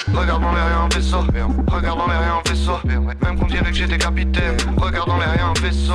Regarde dans les rien un vaisseau. Regarde dans les rien un vaisseau. Même qu'on dirait que j'étais capitaine. Regarde dans les rien un vaisseau.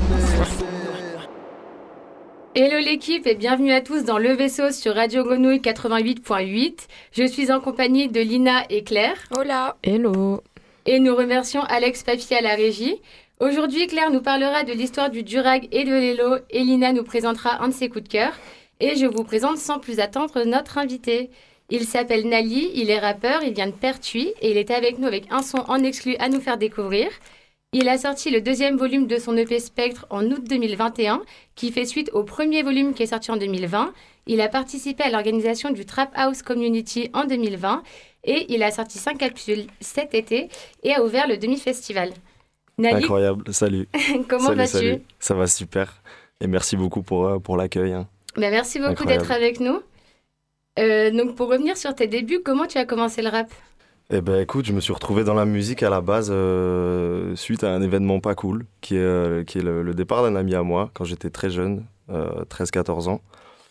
Hello l'équipe et bienvenue à tous dans Le Vaisseau sur Radio Grenouille 88.8. Je suis en compagnie de Lina et Claire. Hola. Hello. Et nous remercions Alex Papier à la régie. Aujourd'hui, Claire nous parlera de l'histoire du durag et de l'élo et Lina nous présentera un de ses coups de cœur. Et je vous présente sans plus attendre notre invité. Il s'appelle Nali, il est rappeur, il vient de Pertuis et il est avec nous avec un son en exclu à nous faire découvrir. Il a sorti le deuxième volume de son EP Spectre en août 2021, qui fait suite au premier volume qui est sorti en 2020. Il a participé à l'organisation du Trap House Community en 2020 et il a sorti 5 capsules cet été et a ouvert le Demi-Festival. Nali, incroyable, salut. Comment vas-tu ? Salut. Ça va super et merci beaucoup pour l'accueil. Hein. Merci beaucoup Incroyable. d'être avec nous. Donc pour revenir sur tes débuts, comment tu as commencé le rap ? Eh ben écoute, je me suis retrouvé dans la musique à la base suite à un événement pas cool qui est le départ d'un ami à moi quand j'étais très jeune, 13-14 ans.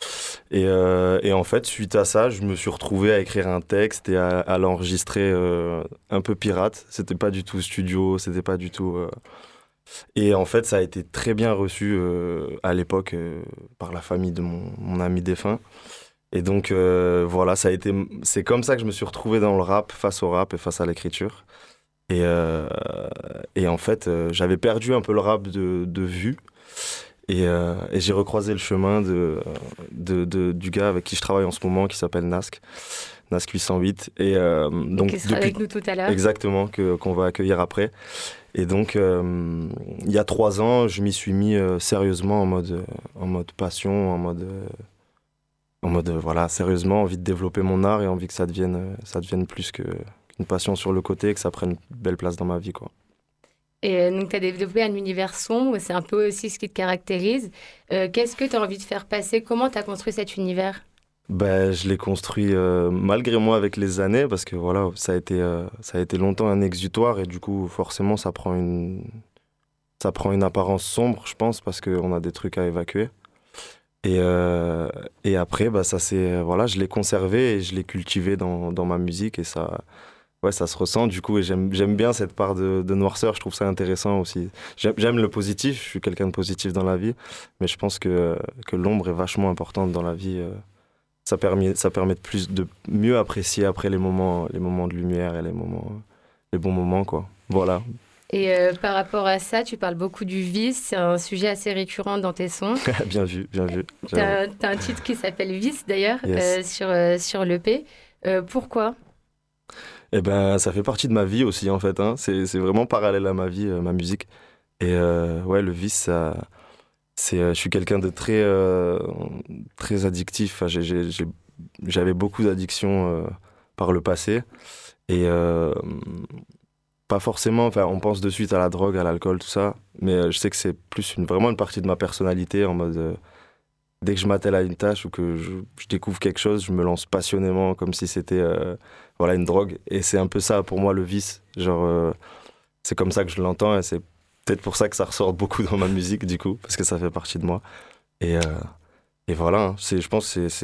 Et en fait, suite à ça, je me suis retrouvé à écrire un texte et à l'enregistrer un peu pirate. C'était pas du tout studio, c'était pas du tout... Et en fait, ça a été très bien reçu à l'époque par la famille de mon ami défunt. Et donc, voilà, c'est comme ça que je me suis retrouvé dans le rap, face au rap et face à l'écriture. Et en fait, j'avais perdu un peu le rap de vue. Et j'ai recroisé le chemin du gars avec qui je travaille en ce moment, qui s'appelle Nask 808. Et, donc, qui sera avec nous tout à l'heure. Exactement, qu'on va accueillir après. Et donc, il y a 3 ans, je m'y suis mis sérieusement en mode passion, en mode voilà, sérieusement, envie de développer mon art et envie que ça devienne plus qu'une passion sur le côté et que ça prenne une belle place dans ma vie, quoi. Et donc, tu as développé un univers sombre, c'est un peu aussi ce qui te caractérise. Qu'est-ce que tu as envie de faire passer ? Comment tu as construit cet univers ? Je l'ai construit malgré moi avec les années parce que voilà, ça a été longtemps un exutoire et du coup, forcément, ça prend une apparence sombre, je pense, parce qu'on a des trucs à évacuer. Et après, je l'ai conservé et je l'ai cultivé dans ma musique et ça se ressent du coup. Et j'aime bien cette part de noirceur, je trouve ça intéressant aussi. J'aime le positif, je suis quelqu'un de positif dans la vie, mais je pense que l'ombre est vachement importante dans la vie. Ça permet de mieux apprécier après les moments de lumière et les bons moments, quoi. Voilà. Et par rapport à ça, tu parles beaucoup du vice, c'est un sujet assez récurrent dans tes sons. Bien vu. T'as un titre qui s'appelle Vice d'ailleurs, yes. sur l'EP. Pourquoi ? Eh ben, ça fait partie de ma vie aussi en fait. Hein. C'est vraiment parallèle à ma vie, ma musique. Et le vice, je suis quelqu'un de très addictif. Enfin, j'avais beaucoup d'addictions par le passé. Et pas forcément, enfin, on pense de suite à la drogue, à l'alcool, tout ça, mais je sais que c'est plus vraiment une partie de ma personnalité, en mode, dès que je m'attelle à une tâche ou que je découvre quelque chose, je me lance passionnément, comme si c'était une drogue, et c'est un peu ça pour moi le vice, genre, c'est comme ça que je l'entends, et c'est peut-être pour ça que ça ressort beaucoup dans ma musique, du coup, parce que ça fait partie de moi, et voilà, hein, je pense que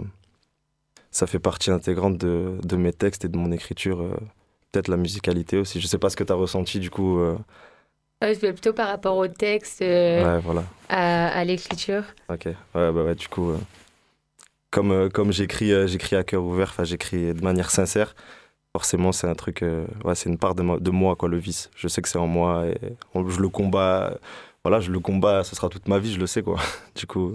ça fait partie intégrante de mes textes et de mon écriture, peut-être la musicalité aussi. Je sais pas ce que tu as ressenti du coup. Plutôt par rapport au texte, voilà. à l'écriture. Ok, ouais, du coup, comme j'écris à cœur ouvert, j'écris de manière sincère, forcément c'est un truc, c'est une part de moi, quoi, le vice. Je sais que c'est en moi et je le combats, ce sera toute ma vie, je le sais, quoi. Du coup,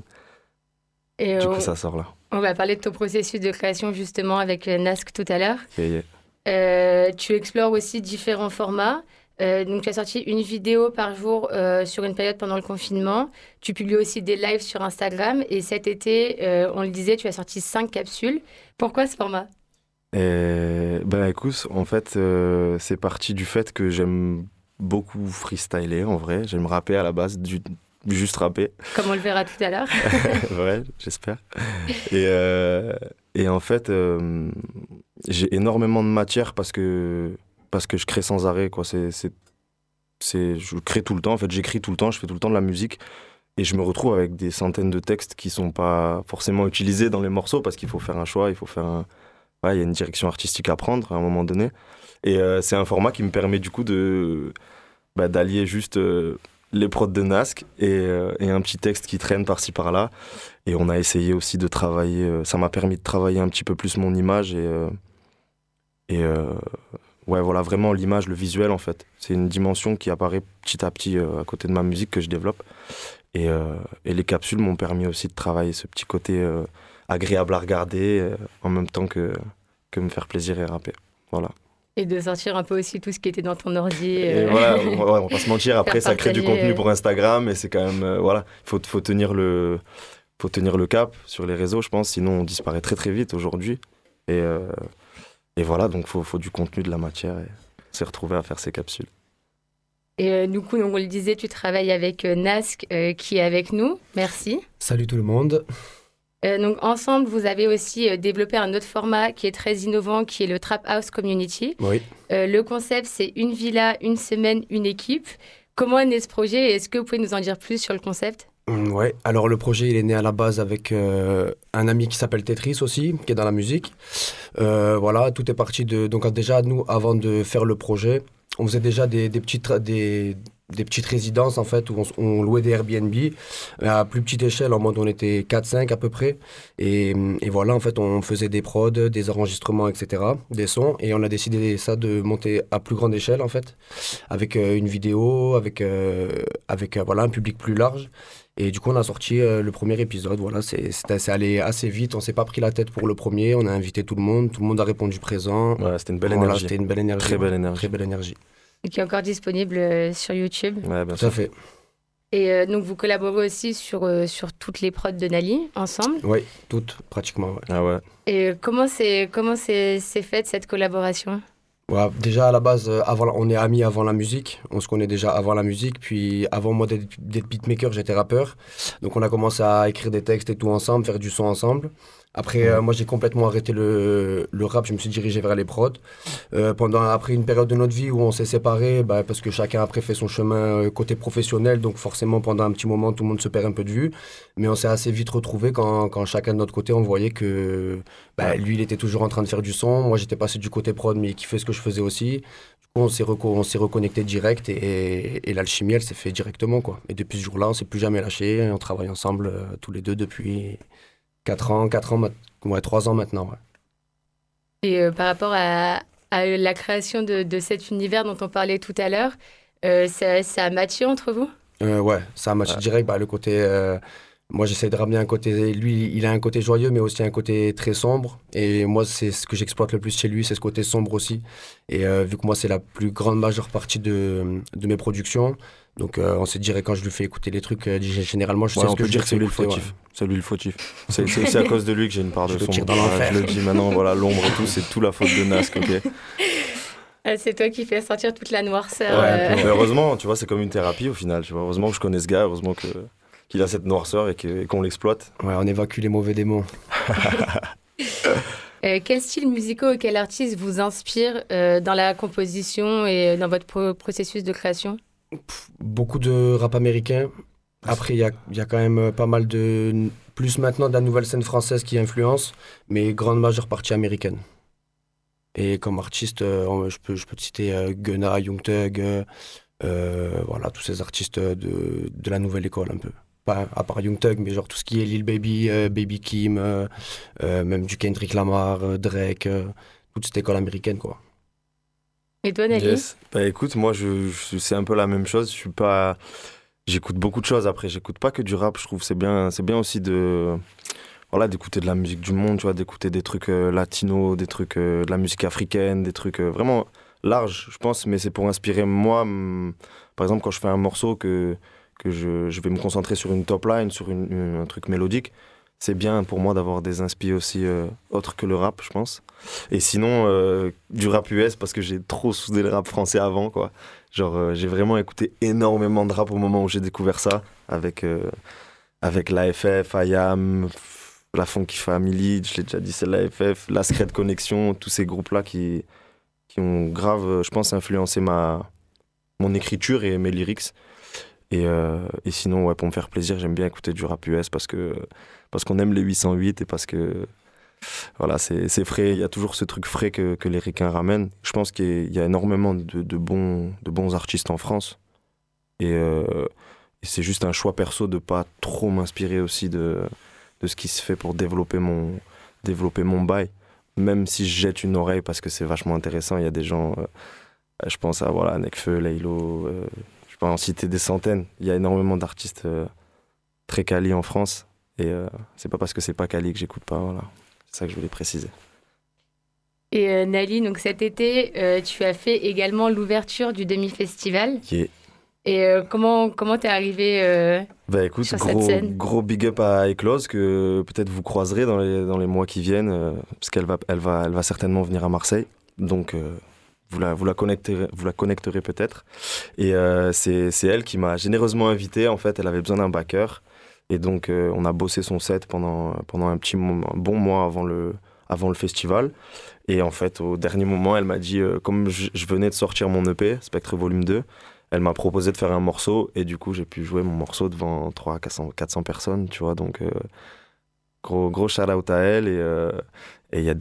ça sort là. On va parler de ton processus de création justement avec Nask tout à l'heure. Yeah. Tu explores aussi différents formats. Donc, tu as sorti une vidéo par jour sur une période pendant le confinement. Tu publies aussi des lives sur Instagram. Et cet été, on le disait, tu as sorti 5 capsules. Pourquoi ce format ? Écoute, en fait, c'est parti du fait que j'aime beaucoup freestyler, en vrai. J'aime rapper à la base, juste rapper. Comme on le verra tout à l'heure. Ouais, j'espère. Et en fait, j'ai énormément de matière parce que je crée sans arrêt, quoi. Je crée tout le temps, en fait, j'écris tout le temps, je fais tout le temps de la musique. Et je me retrouve avec des centaines de textes qui sont pas forcément utilisés dans les morceaux parce qu'il faut faire un choix, il faut faire il y a une direction artistique à prendre à un moment donné. Et c'est un format qui me permet du coup d'allier juste les prods de Nasc et un petit texte qui traîne par-ci par-là. Et on a essayé aussi de travailler, ça m'a permis de travailler un petit peu plus mon image ouais, voilà, vraiment l'image, le visuel en fait. C'est une dimension qui apparaît petit à petit à côté de ma musique que je développe. Et les capsules m'ont permis aussi de travailler ce petit côté agréable à regarder en même temps que me faire plaisir et rapper. Voilà. Et de sortir un peu aussi tout ce qui était dans ton ordi. Et voilà, ouais, on va pas se mentir, après ça crée du contenu pour Instagram et c'est quand même, voilà, faut tenir le cap sur les réseaux, je pense, sinon on disparaît très très vite aujourd'hui. Et voilà, donc faut du contenu, de la matière et se retrouver à faire ces capsules. Et du coup, donc, on le disait, tu travailles avec Nasc qui est avec nous. Merci. Salut tout le monde. Donc ensemble, vous avez aussi développé un autre format qui est très innovant, qui est le Trap House Community. Oui. Le concept, c'est une villa, une semaine, une équipe. Comment est né ce projet et est-ce que vous pouvez nous en dire plus sur le concept ? Ouais, alors le projet il est né à la base avec un ami qui s'appelle Tetris aussi, qui est dans la musique. Voilà, tout est parti de... Donc déjà, nous, avant de faire le projet, on faisait déjà des petites résidences en fait, où on louait des Airbnb à plus petite échelle, en mode on était 4-5 à peu près. Et voilà, en fait, on faisait des prods, des enregistrements, etc., des sons. Et on a décidé ça de monter à plus grande échelle en fait, avec une vidéo, avec voilà, un public plus large. Et du coup, on a sorti le premier épisode. Voilà, c'est allé assez vite. On s'est pas pris la tête pour le premier. On a invité tout le monde a répondu présent. Ouais, c'était une belle Voilà, énergie. c'était une belle énergie. Très belle énergie. Très belle énergie. Et qui est encore disponible sur YouTube. Ouais, bien Tout sûr. à fait. Et donc, vous collaborez aussi sur toutes les prods de Nali, ensemble. Oui, toutes, pratiquement. Ouais. Ah ouais. Et comment c'est faite cette collaboration ? Ouais, déjà à la base, on est amis avant la musique, on se connaît déjà avant la musique, puis avant moi d'être beatmaker, j'étais rappeur, donc on a commencé à écrire des textes et tout ensemble, faire du son ensemble. Après, moi j'ai complètement arrêté le rap, je me suis dirigé vers les prods. Après une période de notre vie où on s'est séparés, parce que chacun après fait son chemin côté professionnel, donc forcément pendant un petit moment tout le monde se perd un peu de vue, mais on s'est assez vite retrouvés quand chacun de notre côté on voyait que lui il était toujours en train de faire du son, moi j'étais passé du côté prod mais il kiffait ce que je faisais aussi. Du coup on s'est reconnecté direct et l'alchimie elle s'est fait directement quoi. Et depuis ce jour-là on s'est plus jamais lâché, on travaille ensemble tous les deux depuis 3 ans maintenant. Ouais. Et par rapport à la création de cet univers dont on parlait tout à l'heure, ça a matché entre vous ? Ouais, ça a matché direct. Le côté, moi, j'essaie de ramener un côté... Lui, il a un côté joyeux, mais aussi un côté très sombre. Et moi, c'est ce que j'exploite le plus chez lui, c'est ce côté sombre aussi. Et vu que moi, c'est la plus grande majeure partie de mes productions, donc on s'est dit, quand je lui fais écouter les trucs, généralement, je sais ce que je dire que c'est lui le fautif. C'est lui le fautif. C'est à cause de lui que j'ai une part de sombre. Je le dis maintenant, voilà, l'ombre et tout, c'est tout la faute de Nasc, ok. C'est toi qui fais sortir toute la noirceur. Ouais, mais heureusement, tu vois, c'est comme une thérapie au final. Tu vois. Heureusement que je connais ce gars, heureusement qu'il a cette noirceur et qu'on l'exploite. Ouais, on évacue les mauvais démons. Quel style musical ou quel artiste vous inspire dans la composition et dans votre processus de création ? Beaucoup de rap américain. Après, il y a quand même pas mal de... Plus maintenant de la nouvelle scène française qui influence, mais grande majeure partie américaine. Et comme artiste, je peux te citer Gunna, Young Thug, voilà, tous ces artistes de la nouvelle école un peu. Pas à part Young Thug, mais genre tout ce qui est Lil Baby, Baby Kim, même du Kendrick Lamar, Drake, toute cette école américaine, quoi. Et toi, Nali ? Yes. Écoute, moi, c'est un peu la même chose. J'écoute beaucoup de choses après. J'écoute pas que du rap. Je trouve c'est bien aussi d'écouter de la musique du monde, tu vois, d'écouter des trucs latinos, des trucs de la musique africaine, des trucs vraiment larges, je pense. Mais c'est pour inspirer moi. Par exemple, quand je fais un morceau que je vais me concentrer sur une top line, sur un truc mélodique. C'est bien pour moi d'avoir des inspi aussi autres que le rap, je pense. Et sinon, du rap US, parce que j'ai trop soudé le rap français avant, quoi. Genre, j'ai vraiment écouté énormément de rap au moment où j'ai découvert ça, avec l'AFF, IAM, la Funky Family, je l'ai déjà dit, c'est l'AFF, la Secret Connection, tous ces groupes-là qui ont grave, je pense, influencé mon écriture et mes lyrics. Et sinon, ouais, pour me faire plaisir, j'aime bien écouter du rap US parce qu'on aime les 808 et parce que voilà, c'est frais. Il y a toujours ce truc frais que les Ricains ramènent. Je pense qu'il y a énormément de bons artistes en France. Et c'est juste un choix perso de pas trop m'inspirer aussi de ce qui se fait pour développer mon bail. Même si je jette une oreille parce que c'est vachement intéressant. Il y a des gens, je pense à voilà, Nekfeu, Laylo, je peux en citer des centaines. Il y a énormément d'artistes très quali en France. Et c'est pas parce que c'est pas quali que j'écoute pas. Voilà. C'est ça que je voulais préciser. Et Nali, donc cet été, tu as fait également l'ouverture du demi-festival. Yeah. Et comment t'es arrivé Bah écoute, sur cette scène? gros big up à Eclose que peut-être vous croiserez dans les mois qui viennent parce qu'elle va certainement venir à Marseille. Donc vous la connecterez peut-être. Et c'est elle qui m'a généreusement invité. En fait, elle avait besoin d'un backer. Et donc on a bossé son set pendant un bon mois avant le festival. Et en fait, au dernier moment, elle m'a dit, comme je venais de sortir mon EP, Spectre Volume 2, elle m'a proposé de faire un morceau. Et du coup, j'ai pu jouer mon morceau devant 300-400 personnes, tu vois. Donc, gros shout-out à elle. Et il y a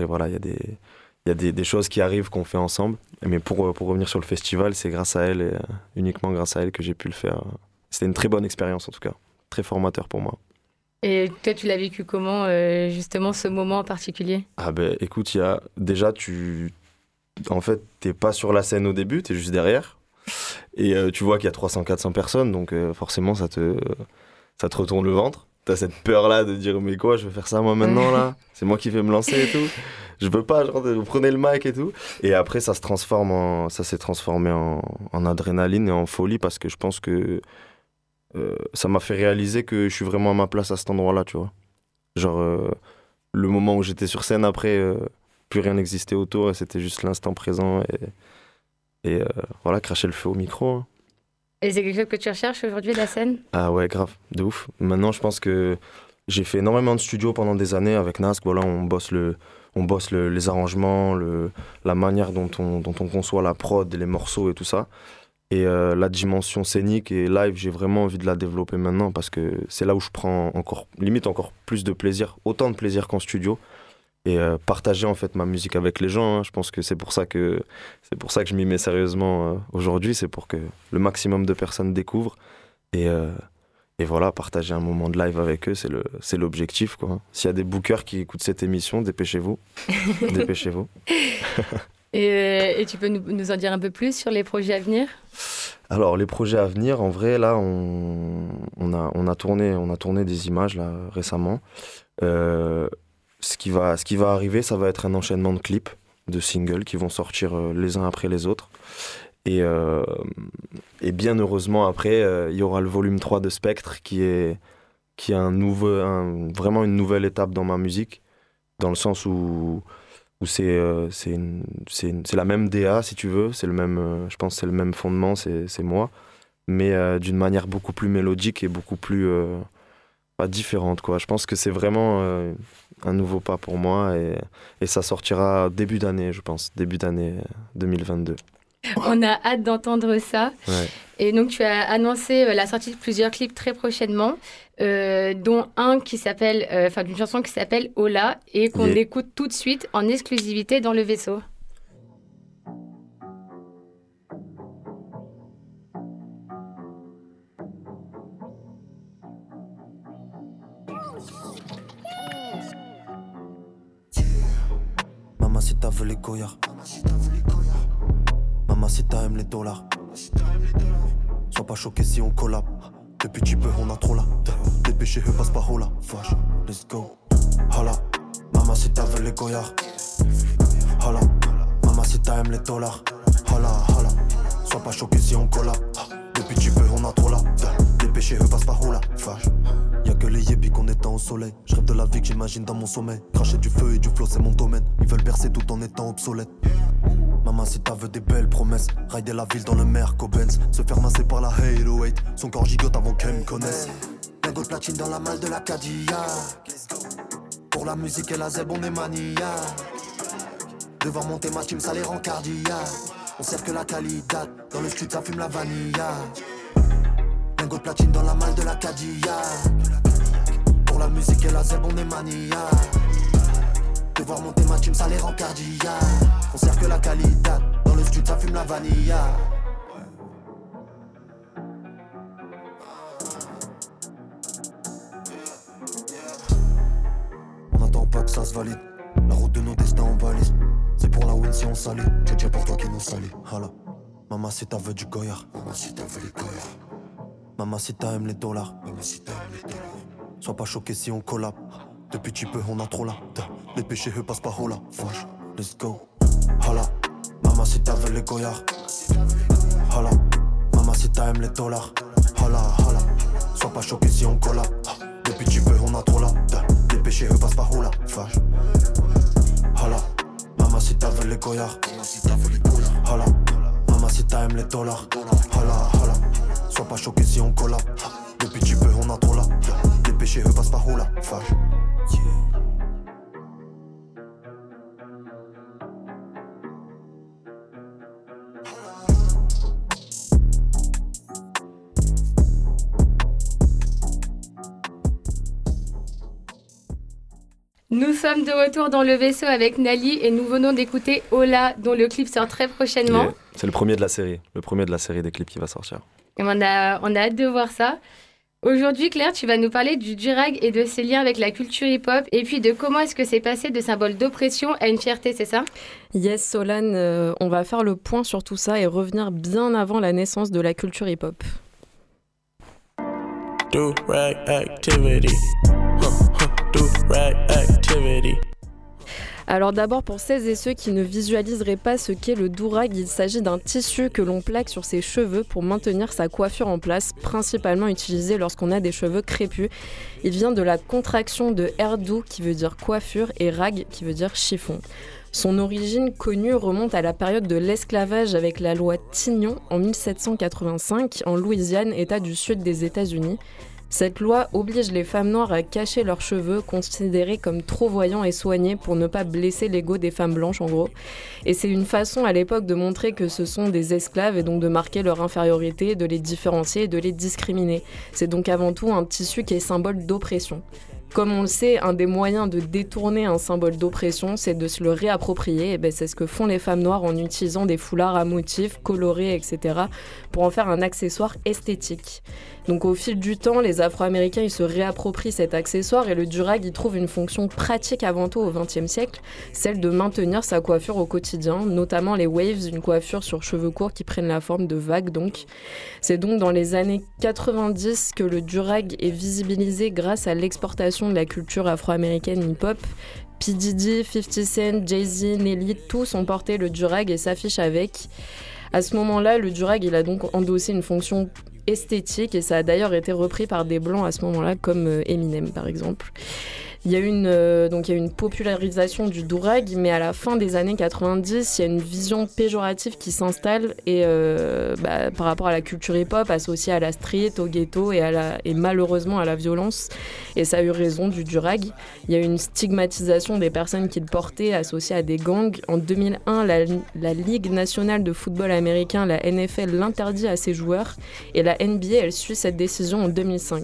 des choses qui arrivent qu'on fait ensemble. Mais pour revenir sur le festival, c'est grâce à elle, et uniquement grâce à elle, que j'ai pu le faire. C'était une très bonne expérience, en tout cas. Très formateur pour moi. Et toi, tu l'as vécu comment, justement, ce moment en particulier? Ah ben, écoute, déjà, en fait, t'es pas sur la scène au début, t'es juste derrière. Et tu vois qu'il y a 300-400 personnes, donc forcément, ça te retourne le ventre. T'as cette peur-là de dire, mais quoi, je vais faire ça moi maintenant, là? C'est moi qui vais me lancer et tout. Je peux pas, genre, vous prenez le mic et tout. Et après, ça s'est transformé en adrénaline et en folie, parce que je pense que ça m'a fait réaliser que je suis vraiment à ma place à cet endroit-là, tu vois. Genre, le moment où j'étais sur scène, après, plus rien n'existait autour, et c'était juste l'instant présent, et voilà, cracher le feu au micro. Hein. Et c'est quelque chose que tu recherches aujourd'hui, la scène? Ah ouais, grave, de ouf. Maintenant, je pense que j'ai fait énormément de studios pendant des années avec Nasc. Voilà, on bosse les arrangements, la manière dont on conçoit la prod, les morceaux et tout ça. Et la dimension scénique et live, j'ai vraiment envie de la développer maintenant, parce que c'est là où je prends limite encore plus de plaisir, autant de plaisir qu'en studio. Et partager en fait ma musique avec les gens, hein. Je pense que c'est pour ça que je m'y mets sérieusement aujourd'hui. C'est pour que le maximum de personnes découvrent. Et voilà, partager un moment de live avec eux, c'est l'objectif, quoi. S'il y a des bookers qui écoutent cette émission, dépêchez-vous. Dépêchez-vous. Et tu peux nous en dire un peu plus sur les projets à venir? Alors, les projets à venir, en vrai, là, on a tourné des images là, récemment. Ce qui va arriver, ça va être un enchaînement de clips, de singles qui vont sortir les uns après les autres. Et bien heureusement, après, il y aura le volume 3 de Spectre qui est vraiment une nouvelle étape dans ma musique, dans le sens où c'est la même DA, si tu veux, c'est le même, je pense que c'est le même fondement, c'est moi, mais d'une manière beaucoup plus mélodique et beaucoup plus pas différente, quoi. Je pense que c'est vraiment un nouveau pas pour moi, et ça sortira début d'année, je pense, début d'année 2022. On a hâte d'entendre ça. Ouais. Et donc, tu as annoncé la sortie de plusieurs clips très prochainement, dont un qui s'appelle, d'une chanson qui s'appelle Ola, et qu'on écoute tout de suite en exclusivité dans le vaisseau. Mamacita veut les goyards. Mamacita aime les dollars. Sois pas choqué si on collab. Depuis tu peux, on a trop là. Dépêchez, passe par là. Flash, let's go. Hola, mamacita veut les goyards. Hola, mamacita aime les dollars. Hola, hola. Sois pas choqué si on collab. Depuis tu peux, on a trop là. Dépêchez, passe par là. Flash. Y'a que les yébis qu'on éteint au soleil. Je rêve de la vie que j'imagine dans mon sommeil. Cracher du feu et du flot, c'est mon domaine. Ils veulent bercer tout en étant obsolètes. Mamacita veut des belles promesses. Rider la ville dans le Merco-Benz. Se faire masser par la Halo 8. Son corps gigote avant qu'elle me connaisse. Lingot de platine dans la malle de la Cadillac. Pour la musique et la zeb on est maniaque. Devant monter ma team ça les rend cardiaques. On sert que la qualité. Dans le street ça fume la vanilla. Lingot de platine dans la malle de la Cadillac. Pour la musique et la zeb on est maniaque. Te voir monter ma team, ça les rend cardiaques. On sert que la qualité. Dans le stud, ça fume la vanilla. On attend pas que ça se valide. La route de nos destins en balise. C'est pour la win si on salit. J'ai pour toi qui nous salit. Hala. Mamacita veut du goyard. Mamacita veut les goyards. Mamacita aime les dollars. Mamacita aime les dollars. Sois pas choqué si on collab. Depuis tu peux, on a trop là. Les péchés eux passent par là. Flash, let's go. Hala. Mamacita veut les goyards. Hala. Mamacita aime les dollars. Hala, hala. Sois pas choqué si on collab. Depuis tu peux, on a trop là. Les péchés eux passent par là. Flash. Hala. Mamacita veut les goyards. Hala. Mamacita aime les dollars. Hala, hala. Sois pas choqué si on collab. Depuis tu peux, on a trop là. Les péchés eux passent par là. Flash. Nous sommes de retour dans le vaisseau avec Nali et nous venons d'écouter Hola, dont le clip sort très prochainement. Yeah. C'est le premier de la série des clips qui va sortir. Et on a hâte de voir ça. Aujourd'hui, Claire, tu vas nous parler du durag et de ses liens avec la culture hip-hop et puis de comment est-ce que c'est passé de symbole d'oppression à une fierté, c'est ça ? Yes, Solane, on va faire le point sur tout ça et revenir bien avant la naissance de la culture hip-hop. Do-rag activity. Do-rag activity. Alors d'abord, pour celles et ceux qui ne visualiseraient pas ce qu'est le durag, il s'agit d'un tissu que l'on plaque sur ses cheveux pour maintenir sa coiffure en place, principalement utilisé lorsqu'on a des cheveux crépus. Il vient de la contraction de erdu, qui veut dire coiffure, et rag, qui veut dire chiffon. Son origine connue remonte à la période de l'esclavage avec la loi Tignon en 1785 en Louisiane, État du sud des États-Unis. Cette loi oblige les femmes noires à cacher leurs cheveux, considérés comme trop voyants et soignés pour ne pas blesser l'ego des femmes blanches en gros. Et c'est une façon à l'époque de montrer que ce sont des esclaves et donc de marquer leur infériorité, de les différencier et de les discriminer. C'est donc avant tout un tissu qui est symbole d'oppression. Comme on le sait, un des moyens de détourner un symbole d'oppression, c'est de se le réapproprier. Et c'est ce que font les femmes noires en utilisant des foulards à motifs, colorés, etc. pour en faire un accessoire esthétique. Donc au fil du temps, les Afro-Américains ils se réapproprient cet accessoire et le durag il trouve une fonction pratique avant tout au XXe siècle, celle de maintenir sa coiffure au quotidien, notamment les waves, une coiffure sur cheveux courts qui prennent la forme de vagues donc. C'est donc dans les années 90 que le durag est visibilisé grâce à l'exportation de la culture afro-américaine hip-hop. P. Diddy, 50 Cent, Jay-Z, Nelly, tous ont porté le durag et s'affichent avec. À ce moment-là, le durag il a donc endossé une fonction esthétique et ça a d'ailleurs été repris par des blancs à ce moment-là comme Eminem par exemple. Il y a une popularisation du durag, mais à la fin des années 90, il y a une vision péjorative qui s'installe et par rapport à la culture hip-hop associée à la street, au ghetto et malheureusement à la violence. Et ça a eu raison du durag. Il y a eu une stigmatisation des personnes qui le portaient associée à des gangs. En 2001, la Ligue nationale de football américain, la NFL, l'interdit à ses joueurs et la NBA, elle suit cette décision en 2005.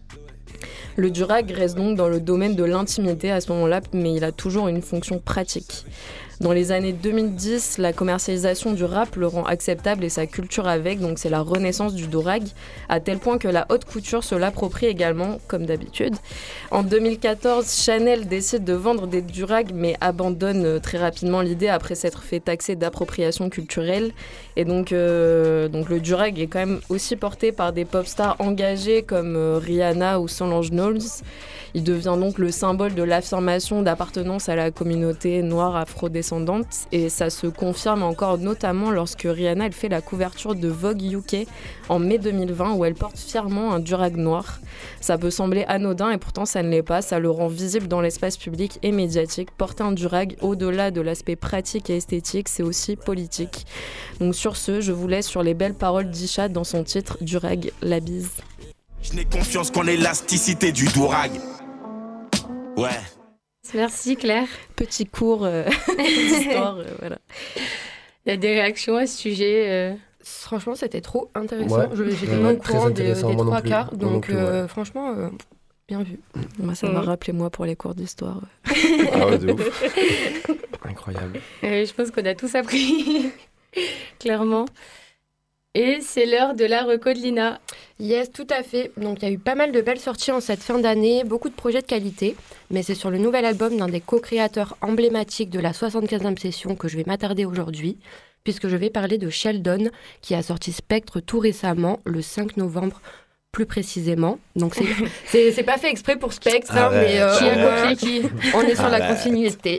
Le durag reste donc dans le domaine de l'intimité à ce moment-là, mais il a toujours une fonction pratique. Dans les années 2010, la commercialisation du rap le rend acceptable et sa culture avec, donc c'est la renaissance du durag, à tel point que la haute couture se l'approprie également, comme d'habitude. En 2014, Chanel décide de vendre des durags, mais abandonne très rapidement l'idée après s'être fait taxer d'appropriation culturelle. Et donc le durag est quand même aussi porté par des pop stars engagés comme Rihanna ou Solange Knowles. Il devient donc le symbole de l'affirmation d'appartenance à la communauté noire afrodescendante et ça se confirme encore notamment lorsque Rihanna elle fait la couverture de Vogue UK en mai 2020 où elle porte fièrement un durag noir. Ça peut sembler anodin et pourtant ça ne l'est pas, ça le rend visible dans l'espace public et médiatique. Porter un durag au-delà de l'aspect pratique et esthétique, c'est aussi politique. Donc sur ce, je vous laisse sur les belles paroles d'Isha dans son titre Durag, la bise. Je n'ai confiance qu'en l'élasticité du durag. Ouais. Merci Claire. Petit cours d'histoire, voilà. Il y a des réactions à ce sujet Franchement, c'était trop intéressant. Ouais. J'étais pas au courant des intéressant, moi non trois plus. quarts. Moi non Donc, plus, ouais. franchement, Bien vu. Moi, ça m'a rappelé moi pour les cours d'histoire. Ah ouais, de ouf. Incroyable. Je pense qu'on a tous appris, clairement. Et c'est l'heure de la reco de Lina. Yes, tout à fait. Donc, il y a eu pas mal de belles sorties en cette fin d'année, beaucoup de projets de qualité. Mais c'est sur le nouvel album d'un des co-créateurs emblématiques de la 75e session que je vais m'attarder aujourd'hui, puisque je vais parler de Sheldon, qui a sorti Spectre tout récemment, le 5 novembre plus précisément. Donc, c'est pas fait exprès pour Spectre, mais Qui a copié qui ? on est sur la continuité.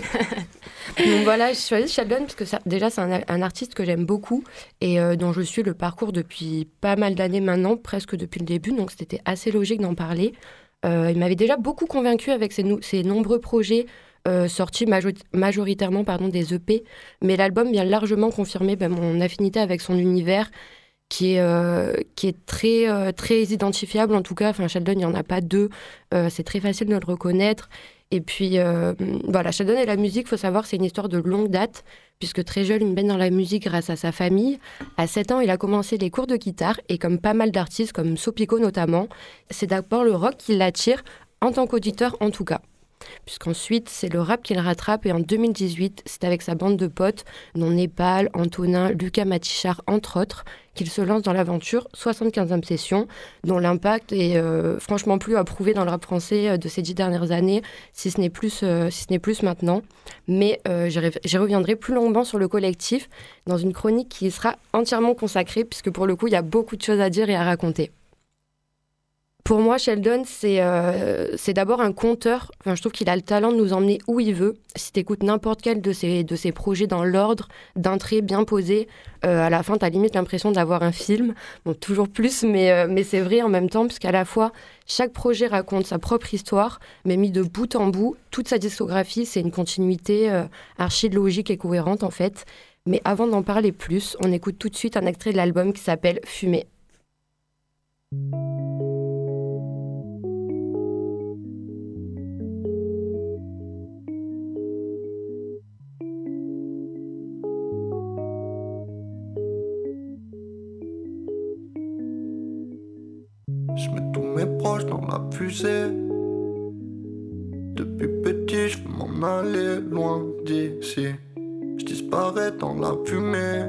Donc voilà, je choisis Sheldon parce que déjà c'est un artiste que j'aime beaucoup et dont je suis le parcours depuis pas mal d'années maintenant, presque depuis le début, donc c'était assez logique d'en parler. Il m'avait déjà beaucoup convaincu avec ses nombreux projets sortis majoritairement des EP, mais l'album vient largement confirmer mon affinité avec son univers qui est très, très identifiable en tout cas. Enfin, Sheldon, il n'y en a pas deux, c'est très facile de le reconnaître. Et puis, voilà, Sheldon et la musique, il faut savoir, c'est une histoire de longue date, puisque très jeune, il baigne dans la musique grâce à sa famille. À 7 ans, il a commencé les cours de guitare, et comme pas mal d'artistes, comme Sopico notamment, c'est d'abord le rock qui l'attire, en tant qu'auditeur en tout cas. Puisqu'ensuite, c'est le rap qu'il rattrape, et en 2018, c'est avec sa bande de potes, dont Népal, Antonin, Lucas Matichar, entre autres, qu'il se lance dans l'aventure 75e session, dont l'impact est franchement plus à prouver dans le rap français de ces 10 dernières années, si ce n'est plus maintenant. Mais j'y reviendrai plus longuement sur le collectif, dans une chronique qui sera entièrement consacrée, puisque pour le coup, il y a beaucoup de choses à dire et à raconter. Pour moi, Sheldon, c'est d'abord un conteur. Enfin, je trouve qu'il a le talent de nous emmener où il veut. Si tu écoutes n'importe quel de ses projets dans l'ordre, d'un trait bien posé, à la fin, tu as limite l'impression d'avoir un film. Bon, toujours plus, mais c'est vrai en même temps, puisqu'à la fois, chaque projet raconte sa propre histoire, mais mis de bout en bout, toute sa discographie, c'est une continuité archi logique et cohérente, en fait. Mais avant d'en parler plus, on écoute tout de suite un extrait de l'album qui s'appelle « Fumée ». Je mets tous mes proches dans la fusée. Depuis petit, je veux m'en aller loin d'ici. Je disparais dans la fumée.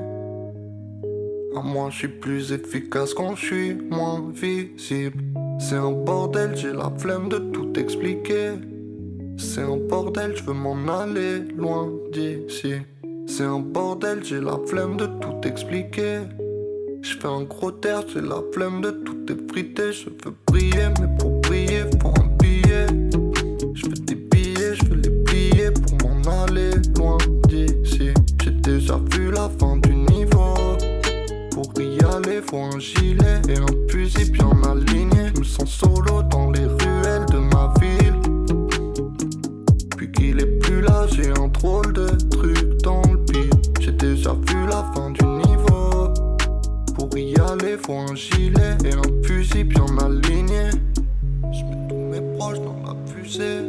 À moi, je suis plus efficace quand je suis moins visible. C'est un bordel, j'ai la flemme de tout expliquer. C'est un bordel, je veux m'en aller loin d'ici. C'est un bordel, j'ai la flemme de tout expliquer. Je fais un gros terre, j'ai la flemme de tout effriter. Je veux briller, mais pour briller, faut un billet. Je veux des billets, je veux les plier pour m'en aller loin d'ici. J'ai déjà vu la fin du niveau. Pour y aller, faut un gilet et un fusil bien aligné. Je me sens solo dans les ruelles de ma ville. Puis qu'il est plus là, j'ai un drôle de truc dans le pire. J'ai déjà vu la fin du niveau. Pour y aller, faut un gilet et un fusil bien aligné. Je mets tous mes proches dans la fusée.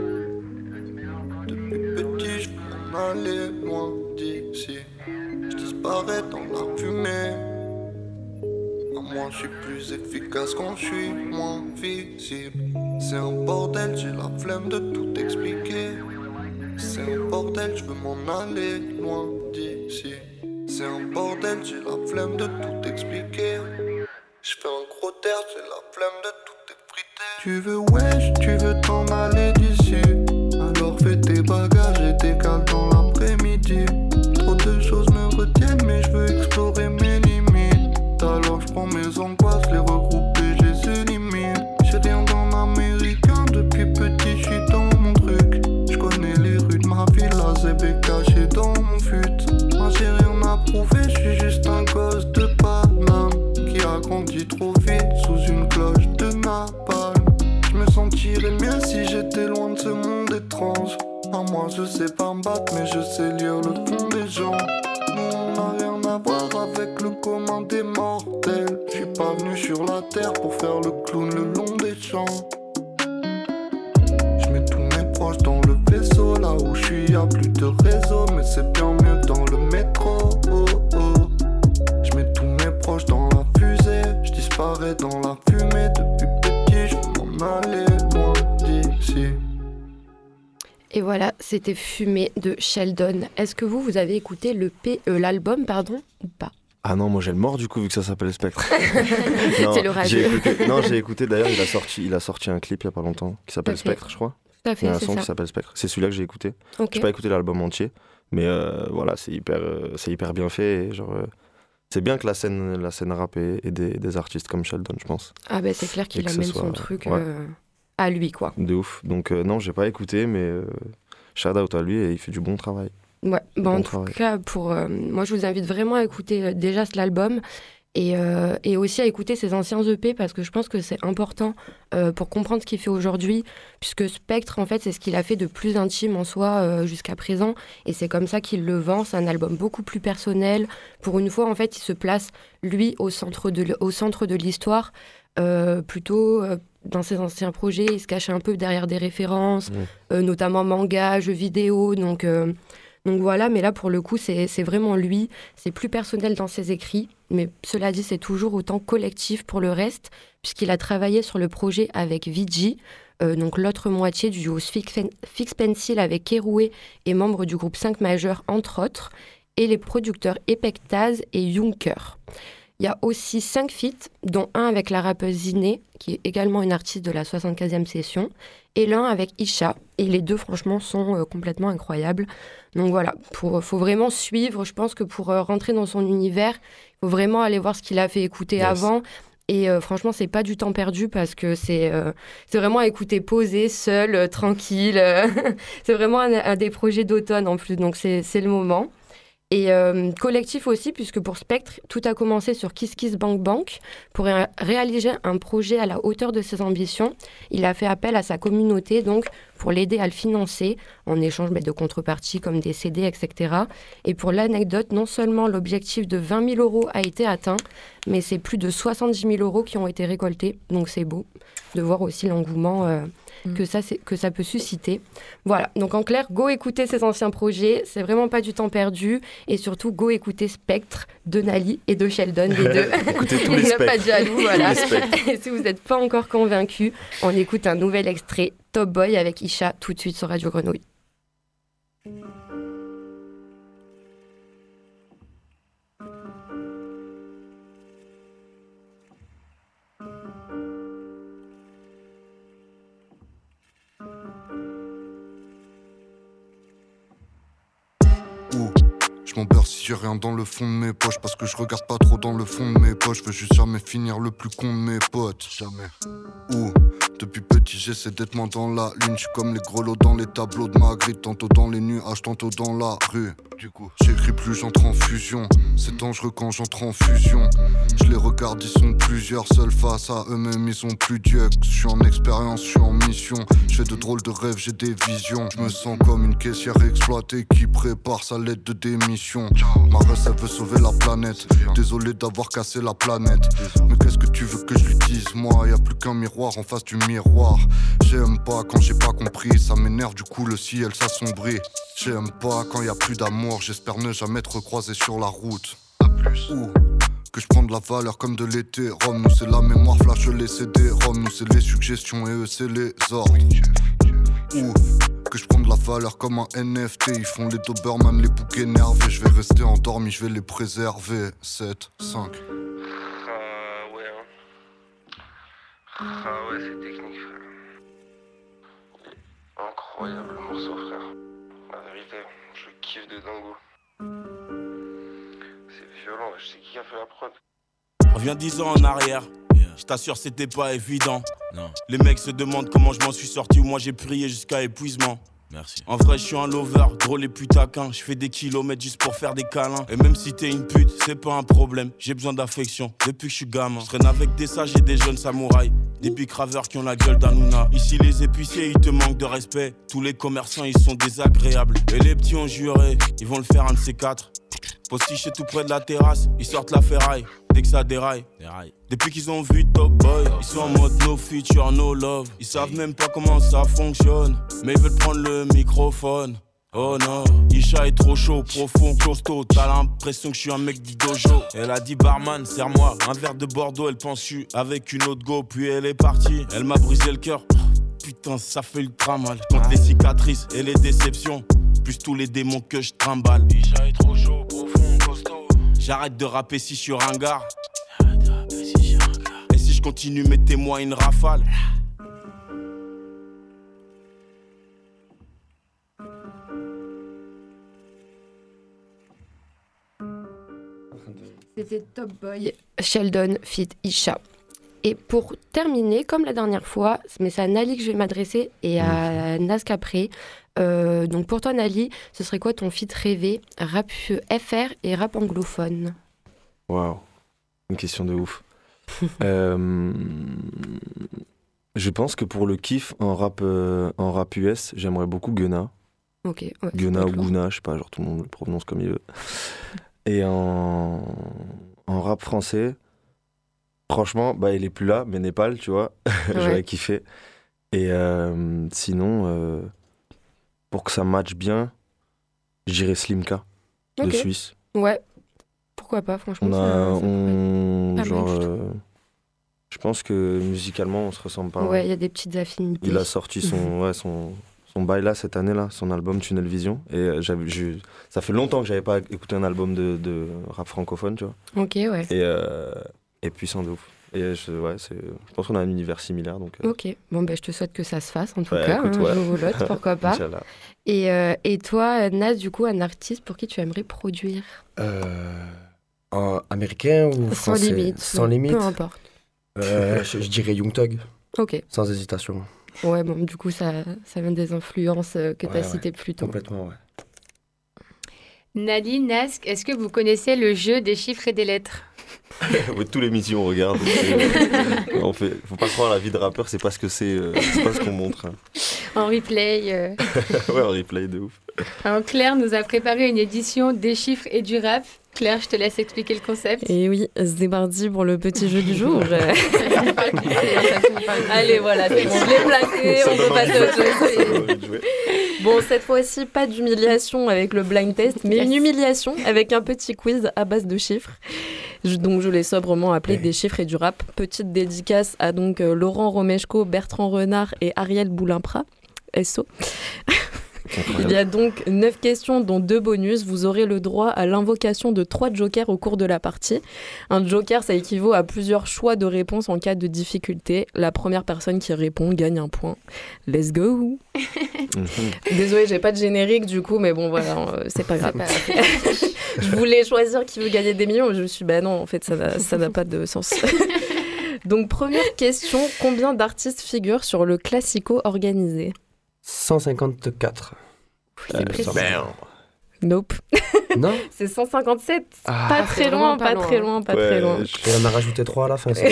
Depuis petit, je veux m'en aller loin d'ici. Je disparais dans la fumée. À moi, je suis plus efficace quand je suis moins visible. C'est un bordel, j'ai la flemme de tout expliquer. C'est un bordel, je veux m'en aller loin d'ici. C'est un bordel, j'ai la flemme de tout expliquer. Je fais un gros terre, j'ai la flemme de tout effriter. Tu veux wesh, tu veux t'en aller d'ici. Alors fais tes bagages et décale dans l'après-midi. Trop de choses me retiennent, mais je veux explorer mes limites. Alors je prends mes angoisses, les regroupe et je les élimine. J'ai rien d'un américain, depuis petit je suis dans mon truc. Je connais les rues de ma ville, la zeb est cachée dans mon fut. Moi j'ai rien à prouver, je suis juste un gosse de Paname qui a grandi trop vite sous une cloche de napalm. Je me sentirais mieux si j'étais loin de ce monde étrange. À moi je sais pas me battre mais je sais lire le fond des gens. Nous on n'a rien à voir avec le commun des mortels. Je suis pas venu sur la terre pour faire le clown le long des champs. Je mets tous mes proches dans le vaisseau. Là où je suis y'a plus de réseau, mais c'est bien mieux dans le métro. Oh, oh. Je mets tous mes proches dans la fusée. Je disparais dans la fumée. Depuis petit je veux m'en aller c'était Fumée de Sheldon. Est-ce que vous avez écouté l'album ou pas? Ah non, moi j'ai le mort du coup, vu que ça s'appelle Spectre. C'est le rageux. J'ai écouté d'ailleurs, il a sorti un clip il y a pas longtemps qui s'appelle Spectre, je crois. Tout à fait, il y a un c'est son ça. qui s'appelle Spectre. C'est celui-là que j'ai écouté. Okay. J'ai pas écouté l'album entier, mais voilà, c'est hyper bien fait. Et c'est bien que la scène rap ait des artistes comme Sheldon, je pense. Ah ben c'est clair qu'il amène son truc à lui, quoi. De ouf. Donc non, j'ai pas écouté, mais shout out à lui et il fait du bon travail. Ouais, en tout cas, moi je vous invite vraiment à écouter déjà l'album et aussi à écouter ses anciens EP parce que je pense que c'est important pour comprendre ce qu'il fait aujourd'hui, puisque Spectre, en fait, c'est ce qu'il a fait de plus intime en soi jusqu'à présent, et c'est comme ça qu'il le vend. C'est un album beaucoup plus personnel. Pour une fois, en fait, il se place, lui, au centre de l'histoire, plutôt... dans ses anciens projets, il se cachait un peu derrière des références, notamment manga, jeux vidéo, donc voilà, mais là, pour le coup, c'est vraiment lui. C'est plus personnel dans ses écrits, mais cela dit, c'est toujours autant collectif pour le reste, puisqu'il a travaillé sur le projet avec Vigi, donc l'autre moitié du duo Fix Pencil avec Keroué et membre du groupe 5 majeur, entre autres, et les producteurs Epectaz et Junker. Il y a aussi 5 feats, dont un avec la rappeuse Ziné, qui est également une artiste de la 75e session, et l'un avec Isha. Et les deux, franchement, sont complètement incroyables. Donc voilà, faut vraiment suivre. Je pense que pour rentrer dans son univers, il faut vraiment aller voir ce qu'il a fait écouter avant. Et franchement, c'est pas du temps perdu parce que c'est vraiment à écouter posé, seul, tranquille. C'est vraiment un des projets d'automne en plus, donc c'est le moment. Et collectif aussi, puisque pour Spectre, tout a commencé sur Kiss Kiss Bank Bank. Pour réaliser un projet à la hauteur de ses ambitions, il a fait appel à sa communauté donc, pour l'aider à le financer, en échange de contreparties comme des CD, etc. Et pour l'anecdote, non seulement l'objectif de 20 000 € a été atteint, mais c'est plus de 70 000 € qui ont été récoltés. Donc c'est beau de voir aussi l'engouement que ça peut susciter. Voilà, donc en clair, go écouter ses anciens projets, c'est vraiment pas du temps perdu, et surtout go écouter Spectre de Nali et de Sheldon, les deux. Écoutez tous les Spectres. Pas de jaloux, voilà. Et si vous n'êtes pas encore convaincu, on écoute un nouvel extrait, Top Boy avec Isha, tout de suite sur Radio Grenouille. Je m'en beurre si j'ai rien dans le fond de mes poches, parce que je regarde pas trop dans le fond de mes poches. Je veux juste jamais finir le plus con de mes potes. Jamais. Depuis petit j'essaie d'être moins dans la lune. J'suis comme les grelots dans les tableaux de Magritte, tantôt dans les nuages, tantôt dans la rue. Du coup, j'écris plus, j'entre en fusion. C'est dangereux quand j'entre en fusion. Je les regarde, ils sont plusieurs, seuls face à eux-mêmes, ils ont plus d'yeux. J'suis en expérience, j'suis en mission. J'fais de drôles de rêves, j'ai des visions. J'me sens comme une caissière exploitée qui prépare sa lettre de démission. Ma reste, elle veut sauver la planète. Désolé d'avoir cassé la planète. Mais qu'est-ce que tu veux que je lui dise, moi? Y'a plus qu'un miroir en face du miroir. J'aime pas quand j'ai pas compris. Ça m'énerve, du coup le ciel s'assombrit. J'aime pas quand y a plus d'amour. J'espère ne jamais te recroiser sur la route. A plus. Que je prends de la valeur comme de l'été. Rome, nous c'est la mémoire, flash les CD. Rome, nous c'est les suggestions et eux c'est les ordres. Que je prends de la valeur comme un NFT. Ils font les Doberman, les boucs énervés. Je vais rester endormi, je vais les préserver. 7, 5. Ah ouais, c'est technique, frère. Incroyable le morceau, frère. La vérité, je kiffe de dingo. C'est violent, je sais qui a fait la prod. Reviens 10 ans en arrière. Je t'assure, c'était pas évident. Non. Les mecs se demandent comment je m'en suis sorti. Moi j'ai prié jusqu'à épuisement. Merci. En vrai, je suis un lover, drôle et plus taquin. Je fais des kilomètres juste pour faire des câlins. Et même si t'es une pute, c'est pas un problème. J'ai besoin d'affection depuis que je suis gamin. Je traîne avec des sages et des jeunes samouraïs. Des bicraveurs qui ont la gueule d'Hanouna. Ici, les épiciers, ils te manquent de respect. Tous les commerçants, ils sont désagréables. Et les petits ont juré, ils vont le faire un de ces quatre. Postiche tout près de la terrasse, ils sortent la ferraille. Dès que ça déraille. Depuis qu'ils ont vu Top Boy, ils sont en mode no feature, no love. Ils savent même pas comment ça fonctionne, mais ils veulent prendre le microphone. Oh non, Isha est trop chaud, profond, costaud. T'as l'impression que je suis un mec du dojo. Elle a dit barman, serre-moi un verre de Bordeaux. Elle pense je suis avec une autre go, puis elle est partie. Elle m'a brisé le cœur. putain, ça fait ultra mal. Compte les cicatrices et les déceptions, plus tous les démons que je trimballe. Isha est trop chaud, profond, costaud. J'arrête de rapper si je suis ringard. Et si je continue, mettez-moi une rafale. C'était Top Boy, Sheldon, feat. Isha. Et pour terminer, comme la dernière fois, mais c'est à Nali que je vais m'adresser et à Nask après. Donc pour toi, Nali, ce serait quoi ton feat rêvé, rap FR et rap anglophone? Waouh, une question de ouf. Je pense que pour le kiff en rap US, j'aimerais beaucoup Gunna. Ok. Ouais, Gunna ou Guna, je sais pas, genre tout le monde le prononce comme il veut. Et en rap français, franchement, bah il est plus là, mais Népal, tu vois, j'aurais kiffé. Et sinon, pour que ça matche bien, je dirais Slimka de Suisse. Ouais, pourquoi pas, franchement. Je pense que musicalement, on se ressemble pas. Ouais, il y a des petites affinités. Il a sorti son bail là cette année là, son album Tunnel Vision, et ça fait longtemps que j'avais pas écouté un album de rap francophone, tu vois. Ok, ouais. Et puissant de ouf. Et je pense qu'on a un univers similaire, donc. Ok, bon ben je te souhaite que ça se fasse en tout cas, écoute, un jour ou l'autre, pourquoi pas. Et toi, Nas, du coup, un artiste pour qui tu aimerais produire? Américain ou français? Sans limite. Peu importe. Je dirais Young Thug. Ok. Sans hésitation. Ouais, bon, du coup, ça vient des influences que tu as citées plus tôt. Complètement, ouais. Nali, Nask, est-ce que vous connaissez le jeu des chiffres et des lettres? Tous les missions, on regarde. Faut pas croire la vie de rappeur, c'est pas ce que c'est pas ce qu'on montre. En replay. Ouais, en replay, de ouf. Alors, Claire nous a préparé une édition des chiffres et du rap. Claire, je te laisse expliquer le concept. Et oui, c'est parti pour le petit jeu du jour. Allez, voilà, c'est bon, je l'ai placé, on peut passer au jeu. Bon, cette fois-ci, pas d'humiliation avec le blind test, mais une humiliation avec un petit quiz à base de chiffres. Donc, je l'ai sobrement appelé des chiffres et du rap. Petite dédicace à donc Laurent Romeshko, Bertrand Renard et Ariel Boulin-Prat. SO. Il y a donc 9 questions, dont 2 bonus. Vous aurez le droit à l'invocation de 3 jokers au cours de la partie. Un joker, ça équivaut à plusieurs choix de réponse en cas de difficulté. La première personne qui répond gagne un point. Let's go. Désolée, j'ai pas de générique du coup, mais bon voilà, c'est pas grave. Je voulais choisir qui veut gagner des millions, mais je me suis dit, bah non, en fait, ça n'a pas de sens. Donc, première question, combien d'artistes figurent sur le Classico organisé? 154. Nope. Non. C'est 157. Pas très loin. Et on en a rajouté 3 à la fin. À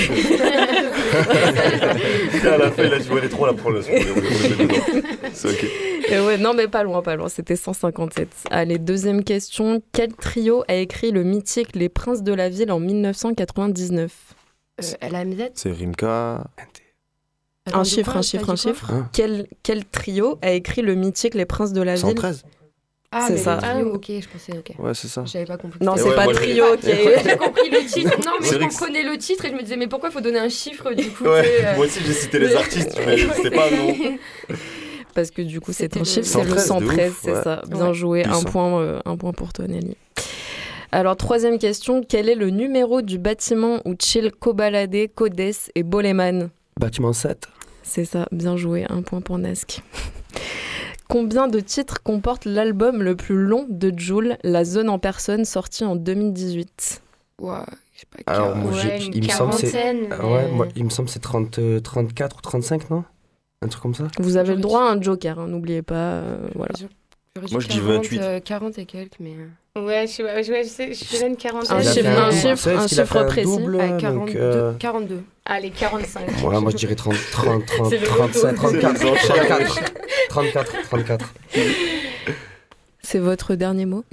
la fin, là, tu vois les 3 la première. C'est ok. Ouais, non, mais pas loin. C'était 157. Allez, deuxième question. Quel trio a écrit le mythique Les Princes de la Ville en 1999? LMZ. C'est Rimka. Un chiffre. Hein? Quel trio a écrit le mythique Les Princes de la Ville? 113. Ah, c'est ça. Trio, ok, je pensais, ok. Ouais, c'est ça. J'avais pas compris. Non, c'est pas trio, ok. J'ai compris le titre. Non, mais je comprenais le titre et je me disais, mais pourquoi il faut donner un chiffre du coup? Moi aussi, j'ai cité les artistes, mais c'était pas un nom. Parce que du coup, c'est un chiffre, c'est le 113, c'est ça. Bien joué, un point pour toi, Nelly. Alors, troisième question, quel est le numéro du bâtiment où chill Kobalade, Codes et Boleman? Bâtiment 7. C'est ça, bien joué, un point pour Nask. Combien de titres comporte l'album le plus long de Jul, La Zone en Personne, sorti en 2018? Ouais, je sais pas. Alors, moi, il me semble c'est 34 ou 35, non? Un truc comme ça. Vous avez le droit à un joker, hein, n'oubliez pas. Voilà. Moi, je dis 28. 40 et quelques, mais... Ouais, je te donne 40. Un chiffre précis. Double, 42. Allez, 45. Voilà, moi je dirais 37, 34. C'est votre dernier mot?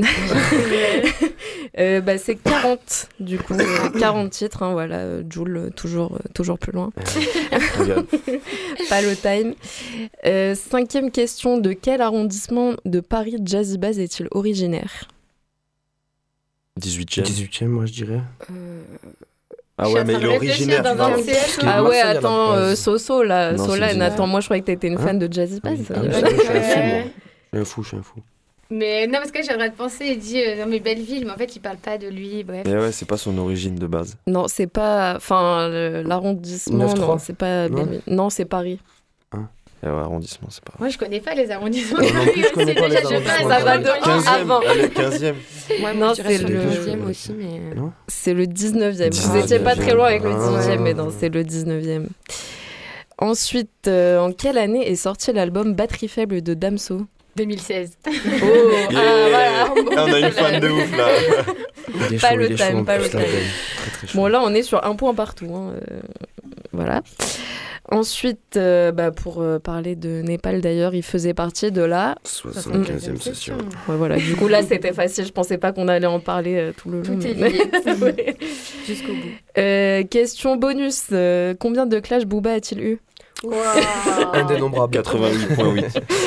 C'est 40, du coup. 40 titres, hein, voilà. Jul, toujours plus loin. Pas le time. 5e question. De quel arrondissement de Paris Jazzy Bass est-il originaire? 18e. 18e, moi je dirais. Ah ouais, mais l'originaire. dans un CSO. Ah ouais, Marseille, à la attends, base. Soso, là, Non, Solène, c'est attends, moi je croyais que t'étais une fan de Jazzy Bass. Ah oui, je suis un fou, moi. Je suis un fou. Mais non, parce que j'ai le droit de penser, il dit non, mais Belleville, mais en fait, il parle pas de lui. Bref. Mais ouais, c'est pas son origine de base. Non, c'est pas. Enfin, l'arrondissement, 9-3. non, c'est pas. Non. Non, c'est Paris. Et ouais, arrondissement, c'est pas. Moi, je connais pas les arrondissements. Non, non plus, je connais pas les Déjà, je arrondissements. passe, Ça va de 15e. avant. Allez, 15e. Ouais, Non, moi, je dirais c'est sur le- le 12e aussi, mais... C'est le 19e. Vous 19e. étiez pas très loin avec le Ah 18e, ouais. mais non, c'est le 19e. Ensuite, en quelle année est sorti l'album Batterie faible de Damso? 2016. Oh, Yeah. voilà. Ah, on a une fan de ouf là. Il est Pas chaud, le il est chaud, time, en pas plus, le là, time. Très très chaud. Bon, là, on est sur un point partout. Hein, voilà. Ensuite, pour parler de Népal, d'ailleurs, il faisait partie de la... 75e session. Ouais, voilà. Du coup, là, c'était facile. Je pensais pas qu'on allait en parler tout le long. Tout est mais- lié. Ouais. Jusqu'au bout. Question bonus. Combien de clashs Booba a-t-il eu? Indénombrable. 88.8.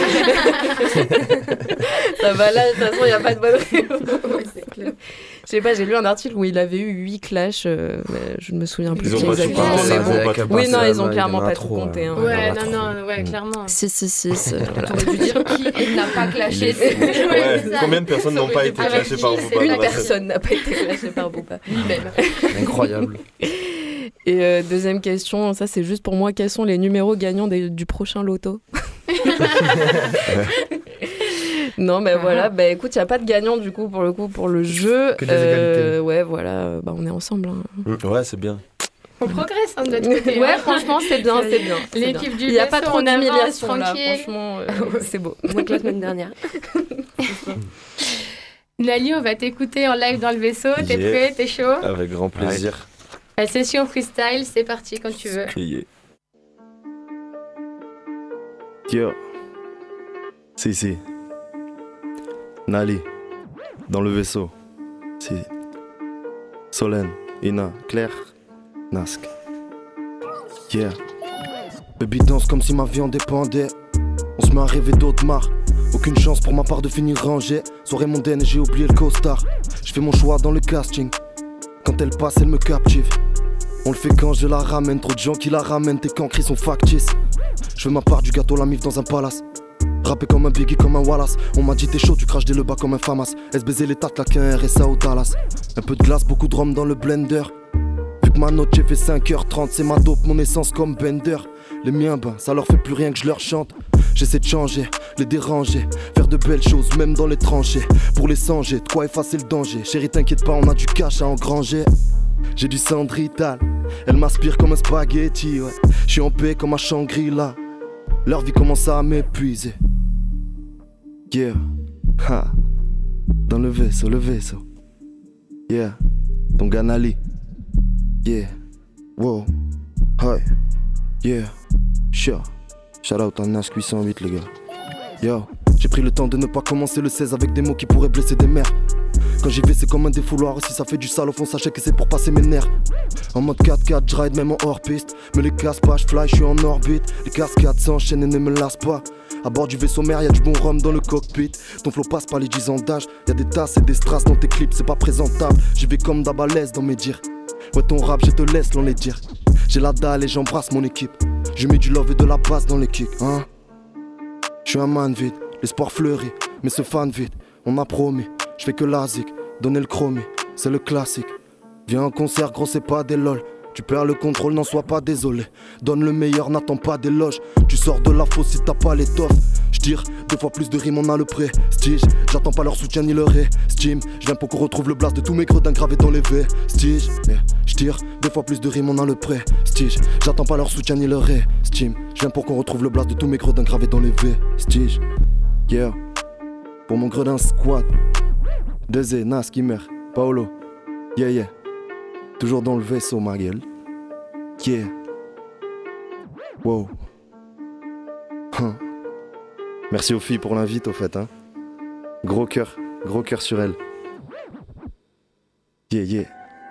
Ça va là, de toute façon, il n'y a pas de bonne réponse. Je sais pas, j'ai lu un article où il avait eu 8 clashs, mais je ne me souviens plus Ils ont pas su exactement. compter, mais ils bon. ont pas tout Oui, non, ils ont il y clairement en a pas trop, tout compté. Hein. Ouais, Il y en a non, trop. non, ouais, clairement. 6. Voilà. T'aurais dû dire qui n'a pas clashé. Ouais, c'est ça. combien de personnes n'ont pas été Avec clashées par qui, vous? c'est Une personne n'a pas été clashée par Booba. Lui-même. Incroyable. Et deuxième question, ça c'est juste pour moi, quels sont les numéros gagnants du prochain loto? Non, mais voilà, écoute, il n'y a pas de gagnant du coup pour le jeu. Que des égalités. Ouais, voilà, on est ensemble. Hein. Ouais, c'est bien. On progresse hein, de notre côté. Ouais, hein. franchement, c'est bien, c'est bien. c'est bien. L'équipe du Il n'y a pas vaisseau, trop on avance, d'humiliation là, tranquille. franchement, c'est beau. Moins que la semaine dernière. Nali, on va t'écouter en live dans le vaisseau. T'es Yeah. prêt? T'es chaud? Avec grand plaisir. La session freestyle, c'est parti quand tu veux. Yeah. Yo. Si. Nali. Dans le vaisseau. Si. Solène. Ina. Claire. Nask. Yeah. Baby danse comme si ma vie en dépendait. On se met à rêver d'Audemars. Aucune chance pour ma part de finir rangé. Soirée mondaine et j'ai oublié le costard. Je fais mon choix dans le casting. Quand elle passe, elle me captive. On le fait quand je la ramène. Trop de gens qui la ramènent. Tes cancres sont factices. Je veux ma part du gâteau, la mif dans un palace. Rappé comme un Biggie, comme un Wallace. On m'a dit t'es chaud, tu craches dès le bas comme un Famas. SBZ les tartes, la qu'un RSA au Dallas. Un peu de glace, beaucoup de rhum dans le blender. Vu que ma note j'ai fait 5h30, c'est ma dope, mon essence comme Bender. Les miens, ça leur fait plus rien que je leur chante. J'essaie de changer, les déranger, faire de belles choses, même dans les tranchées. Pour les sanger, de quoi effacer le danger. Chérie, t'inquiète pas, on a du cash à engranger. J'ai du Sandrital, elle m'aspire comme un spaghetti, ouais. J'suis en paix comme un Shangri-La. Leur vie commence à m'épuiser. Yeah, ha. Dans le vaisseau. Yeah, ton Ganali. Yeah, wow, hi. Yeah, sure. Shout out à Nash 808 les gars. Yo, j'ai pris le temps de ne pas commencer le 16 avec des mots qui pourraient blesser des mères. Quand j'y vais c'est comme un défouloir, si ça fait du sale au fond sachez que c'est pour passer mes nerfs. En mode 4x4 j'ride même en hors piste. Me les casse pas, j'fly, j'suis en orbite. Les cascades s'enchaînent et ne me lassent pas. À bord du vaisseau mère, y'a du bon rhum dans le cockpit. Ton flow passe pas les 10 ans d'âge. Y'a des tasses et des strass dans tes clips, c'est pas présentable. J'y vais comme d'ab à l'aise dans mes dires. Ouais ton rap je te laisse l'en les dire. J'ai la dalle et j'embrasse mon équipe. Je mets du love et de la basse dans les kicks, hein. J'suis un man vide, l'espoir fleurit, mais ce fan vide, on m'a promis. J'fais que la zik, donner le chromie, c'est le classique. Viens en concert, gros c'est pas des lol. Tu perds le contrôle, n'en sois pas désolé. Donne le meilleur, n'attends pas d'éloges. Tu sors de la fosse si t'as pas l'étoffe. J'tire 2 fois plus de rimes, on a le prêt. Stige, j'attends pas leur soutien ni leur estime. J'viens pour qu'on retrouve le blast de tous mes gredins gravés dans les V. Stige, yeah. J'tire 2 fois plus de rimes, on a le prêt. Stige, j'attends pas leur soutien ni leur estime. J'viens pour qu'on retrouve le blast de tous mes gredins gravés dans les V. Stige, yeah. Pour mon gredin squad. Dezé, Nas, Kimmer, Paolo, yeah. Toujours dans le vaisseau, ma gueule. Yeah. Wow. Huh. Merci aux filles pour l'invite, au fait, hein. Gros cœur sur elles. Yeah.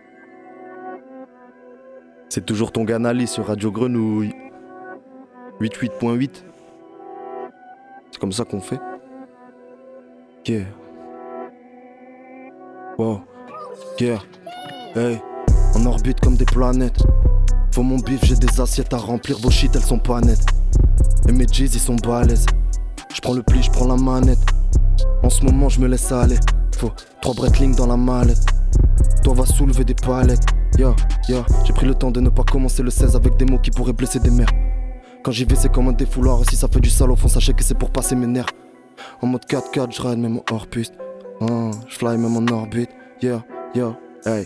C'est toujours ton Ganali sur Radio Grenouille. 88.8. C'est comme ça qu'on fait. Yeah. Wow. Yeah. Hey. en orbite comme des planètes. Faut mon bif, j'ai des assiettes à remplir, vos shit elles sont pas nettes. Et mes G's ils sont balèzes. J'prends le pli, j'prends la manette. En ce moment je me laisse aller. Faut 3 Breitling dans la mallette. Toi va soulever des palettes. Yo, j'ai pris le temps de ne pas commencer le 16 avec des mots qui pourraient blesser des mères. Quand j'y vais c'est comme un défouloir. Si ça fait du sale au fond sachez que c'est pour passer mes nerfs. En mode 4x4 j'ride même en hors piste. J'fly même en orbite. Yo, hey.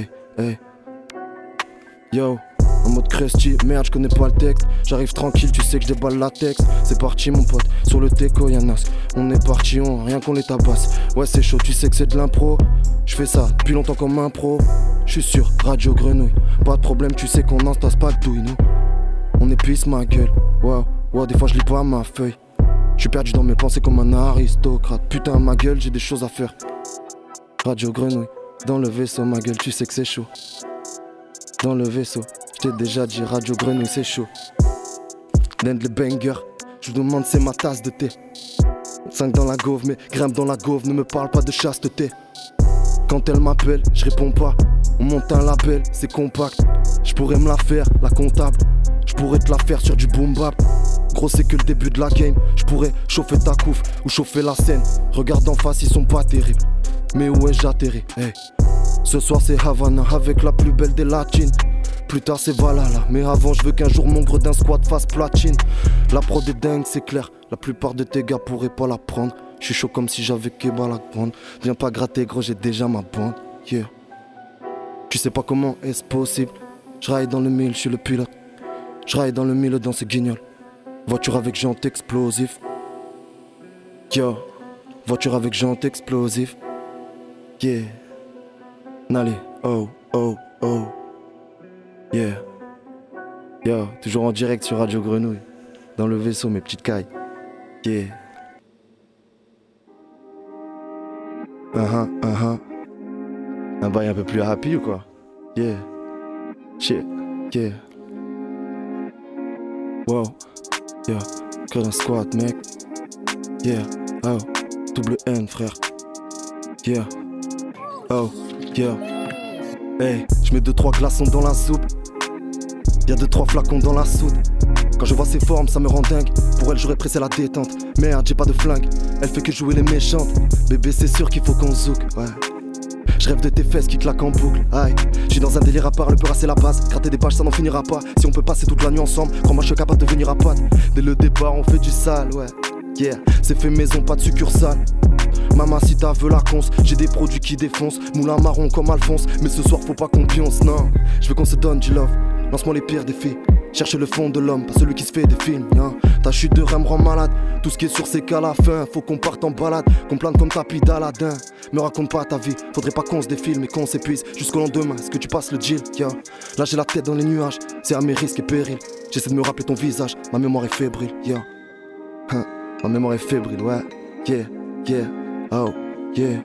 Yo, en mode crusty, merde j'connais pas le texte. J'arrive tranquille, tu sais que j'déballe la texte. C'est parti mon pote, sur le teco y'en a. On est parti, rien qu'on les tabasse. Ouais c'est chaud, tu sais que c'est de l'impro. J'fais ça depuis longtemps comme un pro. J'suis sur Radio Grenouille. Pas de problème, tu sais qu'on n'entasse pas de douille nous. On épuise ma gueule, wow, des fois je lis pas ma feuille. J'suis perdu dans mes pensées comme un aristocrate. Putain ma gueule, j'ai des choses à faire. Radio Grenouille, dans le vaisseau ma gueule, tu sais que c'est chaud. Dans le vaisseau, j't'ai déjà dit Radio Grenouille c'est chaud. Land les bangers, je vous demande c'est ma tasse de thé. 5 dans la gauve mais grimpe dans la gauve, ne me parle pas de chasteté. Quand elle m'appelle, je réponds pas. On monte un label, c'est compact. Je pourrais me la faire, la comptable. Je pourrais te la faire sur du boom bap. Gros c'est que le début de la game. Je pourrais chauffer ta couffe ou chauffer la scène. Regarde en face, ils sont pas terribles. Mais où est-ce j'atterris, hey. Ce soir c'est Havana avec la plus belle des latines. Plus tard c'est Valhalla. Mais avant je veux qu'un jour mon gredin squat fasse platine. La prod est dingue c'est clair. La plupart de tes gars pourraient pas la prendre. Je suis chaud comme si j'avais Keba la grande. Viens pas gratter gros, j'ai déjà ma bande. Yeah. Tu sais pas comment est-ce possible. Je raille dans le mille, je suis le pilote. Je raille dans le mille dans ces guignols. Voiture avec jante explosif. Yo. Voiture avec jante explosif. Yeah. Nali, oh. Yeah. Yo, toujours en direct sur Radio Grenouille. Dans le vaisseau, mes petites cailles. Yeah. Un bail un peu plus happy ou quoi? Yeah. Shit. Yeah. Wow. Yeah. Que d'un squat, mec. Yeah. Oh. Double N, frère. Yeah. Oh. Yeah. Hey. J'mets 2-3 glaçons dans la soupe. Y'a 2-3 flacons dans la soude. Quand je vois ses formes, ça me rend dingue. Pour elle, j'aurais pressé la détente. Merde, j'ai pas de flingue. Elle fait que jouer les méchantes. Bébé, c'est sûr qu'il faut qu'on zouk. Ouais. Je rêve de tes fesses qui claquent en boucle. Aïe, j'suis dans un délire à part. Le peur, c'est la base. Gratter des pages, ça n'en finira pas. Si on peut passer toute la nuit ensemble, crois-moi, je suis capable de venir à patte. Dès le départ, on fait du sale, ouais. Yeah, c'est fait maison, pas de succursale. Mamacita veut la conce, j'ai des produits qui défoncent. Moulin marron comme Alphonse, mais ce soir faut pas qu'on pionce, non. Je veux qu'on se donne du love, lance-moi les pires défis. Cherche le fond de l'homme, pas celui qui se fait des films, hein. Ta chute de rêve me rend malade, tout ce qui est sur c'est qu'à la fin. Faut qu'on parte en balade, qu'on plane comme tapis d'Aladin. Me raconte pas ta vie, faudrait pas qu'on se défile mais qu'on s'épuise jusqu'au lendemain. Est-ce que tu passes le deal, yeah. Là j'ai la tête dans les nuages, c'est à mes risques et périls. J'essaie de me rappeler ton visage, ma mémoire est fébrile, yeah. Ma mémoire est fébrile, ouais. Yeah, oh, yeah.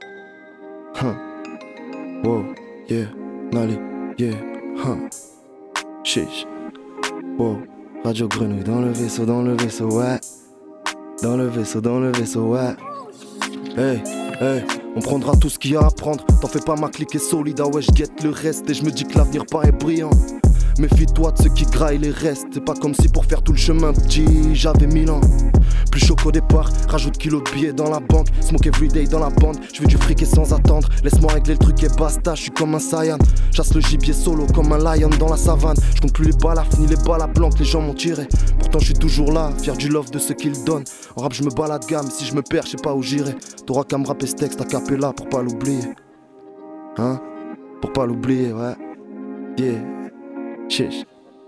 Wow, yeah, Nali, yeah, Chiche. Wow, Radio Grenouille dans le vaisseau, ouais. Dans le vaisseau, ouais. Hey, on prendra tout ce qu'il y a à prendre. T'en fais pas, ma clique est solide, ah ouais, je guette le reste. Et je me dis que l'avenir paraît brillant. Méfie-toi de ceux qui graillent les restes. C'est pas comme si pour faire tout le chemin petit j'avais 1000 ans. Plus chaud qu'au départ, rajoute kilo de billets dans la banque. Smoke everyday dans la bande, je veux du fric et sans attendre. Laisse-moi régler le truc et basta, je suis comme un Saiyan. Chasse le gibier solo comme un lion dans la savane. Je compte plus les balafres ni les balles à blanc que les gens m'ont tiré. Pourtant je suis toujours là, fier du love de ce qu'ils donnent. En rap je me balade gamme, si je me perds je sais pas où j'irai. T'auras qu'à me rapper ce texte à cappella pour pas l'oublier. Hein? Pour pas l'oublier, ouais. Yeah. Chiche.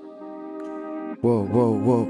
Wow.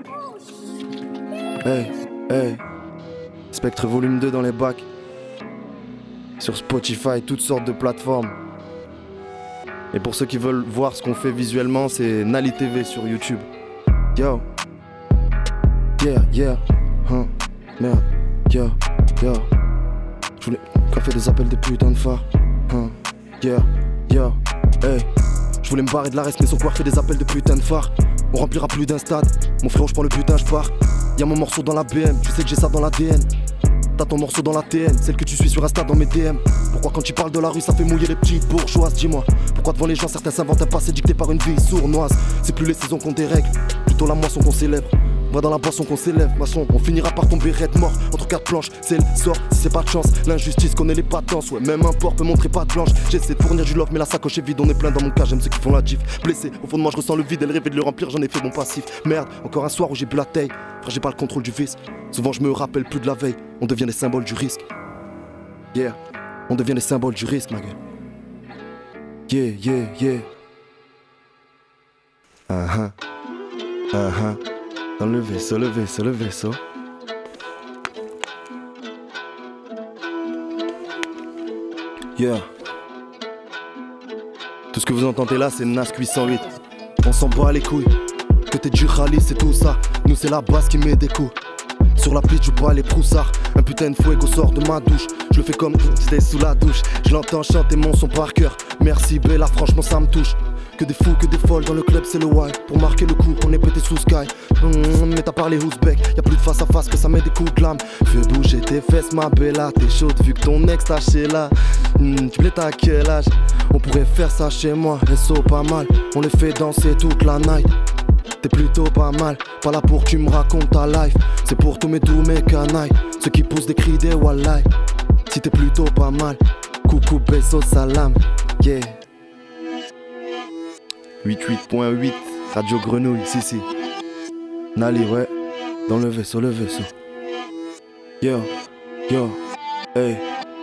Hey. Spectre volume 2 dans les bacs. Sur Spotify, toutes sortes de plateformes. Et pour ceux qui veulent voir ce qu'on fait visuellement, c'est Nali TV sur YouTube. Yo. Yeah. Merde. Yo. Je voulais qu'on fait des appels de putain de phare. Yeah. Hey. Je voulais me barrer de la reste, mais son corps fait des appels de putain de phare. On remplira plus d'un stade. Mon frère, je prends le butin, je pars. Y'a mon morceau dans la BM, tu sais que j'ai ça dans l'ADN. t'as ton morceau dans la TN, celle que tu suis sur Insta dans mes DM. Pourquoi quand tu parles de la rue ça fait mouiller les petites bourgeoises, dis-moi. Pourquoi devant les gens certains s'inventent un passé dicté par une vie sournoise. C'est plus les saisons qu'on dérègle, plutôt la moisson qu'on célèbre. Va dans la boisson qu'on s'élève, maçon, on finira par tomber raide mort. Entre quatre planches, c'est le sort, si c'est pas de chance. L'injustice connaît les patences, ouais, même un porc peut montrer pas de planche. J'essaie de fournir du love, mais la sacoche est vide, on est plein dans mon cas, j'aime ceux qui font la gif. Blessé, au fond de moi je ressens le vide et le rêve de le remplir, j'en ai fait mon passif. Merde, encore un soir où j'ai bu la taille, frère j'ai pas le contrôle du vice. Souvent je me rappelle plus de la veille, on devient les symboles du risque. Yeah, on devient les symboles du risque, ma gueule. Yeah, yeah, yeah. Dans le vaisseau, le vaisseau, le vaisseau. Yeah. Tout ce que vous entendez là, c'est Nas 808. On s'en bat les couilles. Que t'es du rallye, c'est tout ça. Nous, c'est la basse qui met des coups. Sur la piste, je bois les proussards. Un putain de fouet sort de ma douche. Je le fais comme c'était sous la douche. Je l'entends chanter mon son par cœur. Merci Bella, franchement ça me touche. Que des fous, que des folles, dans le club c'est le why. Pour marquer le coup, on est pété sous sky. Mais t'as parlé Ouzbek, y'a plus de face à face que ça met des coups de lame. Fais bouger tes fesses ma bella, t'es chaude vu que ton ex t'a chez là. Tu plais à quel âge? On pourrait faire ça chez moi, SO pas mal. On les fait danser toute la night. T'es plutôt pas mal, pas là pour que tu me racontes ta life. C'est pour tous mes canailles, ceux qui poussent des cris des wallahi. Si t'es plutôt pas mal, coucou beso salam, yeah. 88.8, Radio Grenouille, si. Nali, ouais, dans le vaisseau, Yo, hey,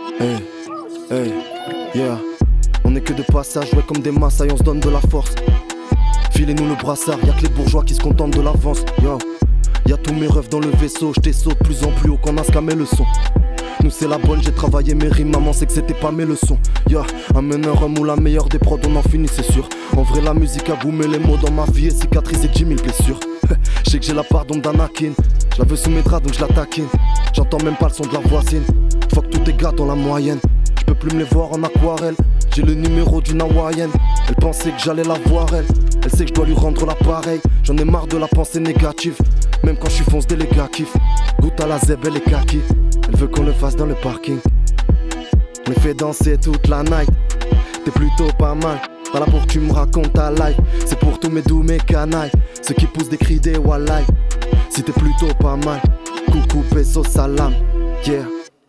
yeah. On est que de passage, ouais, comme des massailles, on se donne de la force. Filez-nous le brassard, y'a que les bourgeois qui se contentent de l'avance, yo. Y'a tous mes rêves dans le vaisseau, j't'ai saut de plus en plus haut qu'on a scamé le son. Nous c'est la bonne, j'ai travaillé mes rimes, maman sait que c'était pas mes leçons. Ya, amène un rhum ou la meilleure des prods, on en finit c'est sûr. En vrai la musique a goûté les mots dans ma vie et cicatrisé 10 000 blessures. Je sais que j'ai la part d'ombre d'Anakin, je la veux sous mes draps donc je la taquine. J'entends même pas le son de la voisine, fuck tous tes gars dans la moyenne. Je peux plus me les voir en aquarelle, j'ai le numéro d'une hawaïenne. Elle pensait que j'allais la voir elle sait que je dois lui rendre l'appareil. J'en ai marre de la pensée négative, même quand je suis fonce des les gars kiffent. Goûte à la zeb et les kakis, elle veut qu'on le fasse dans le parking. On les fait danser toute la night, t'es plutôt pas mal. Pas là pour que tu me racontes ta life, c'est pour tous mes doux mes canailles, ceux qui poussent des cris des wallahi. Si t'es plutôt pas mal, coucou beso salam, yeah.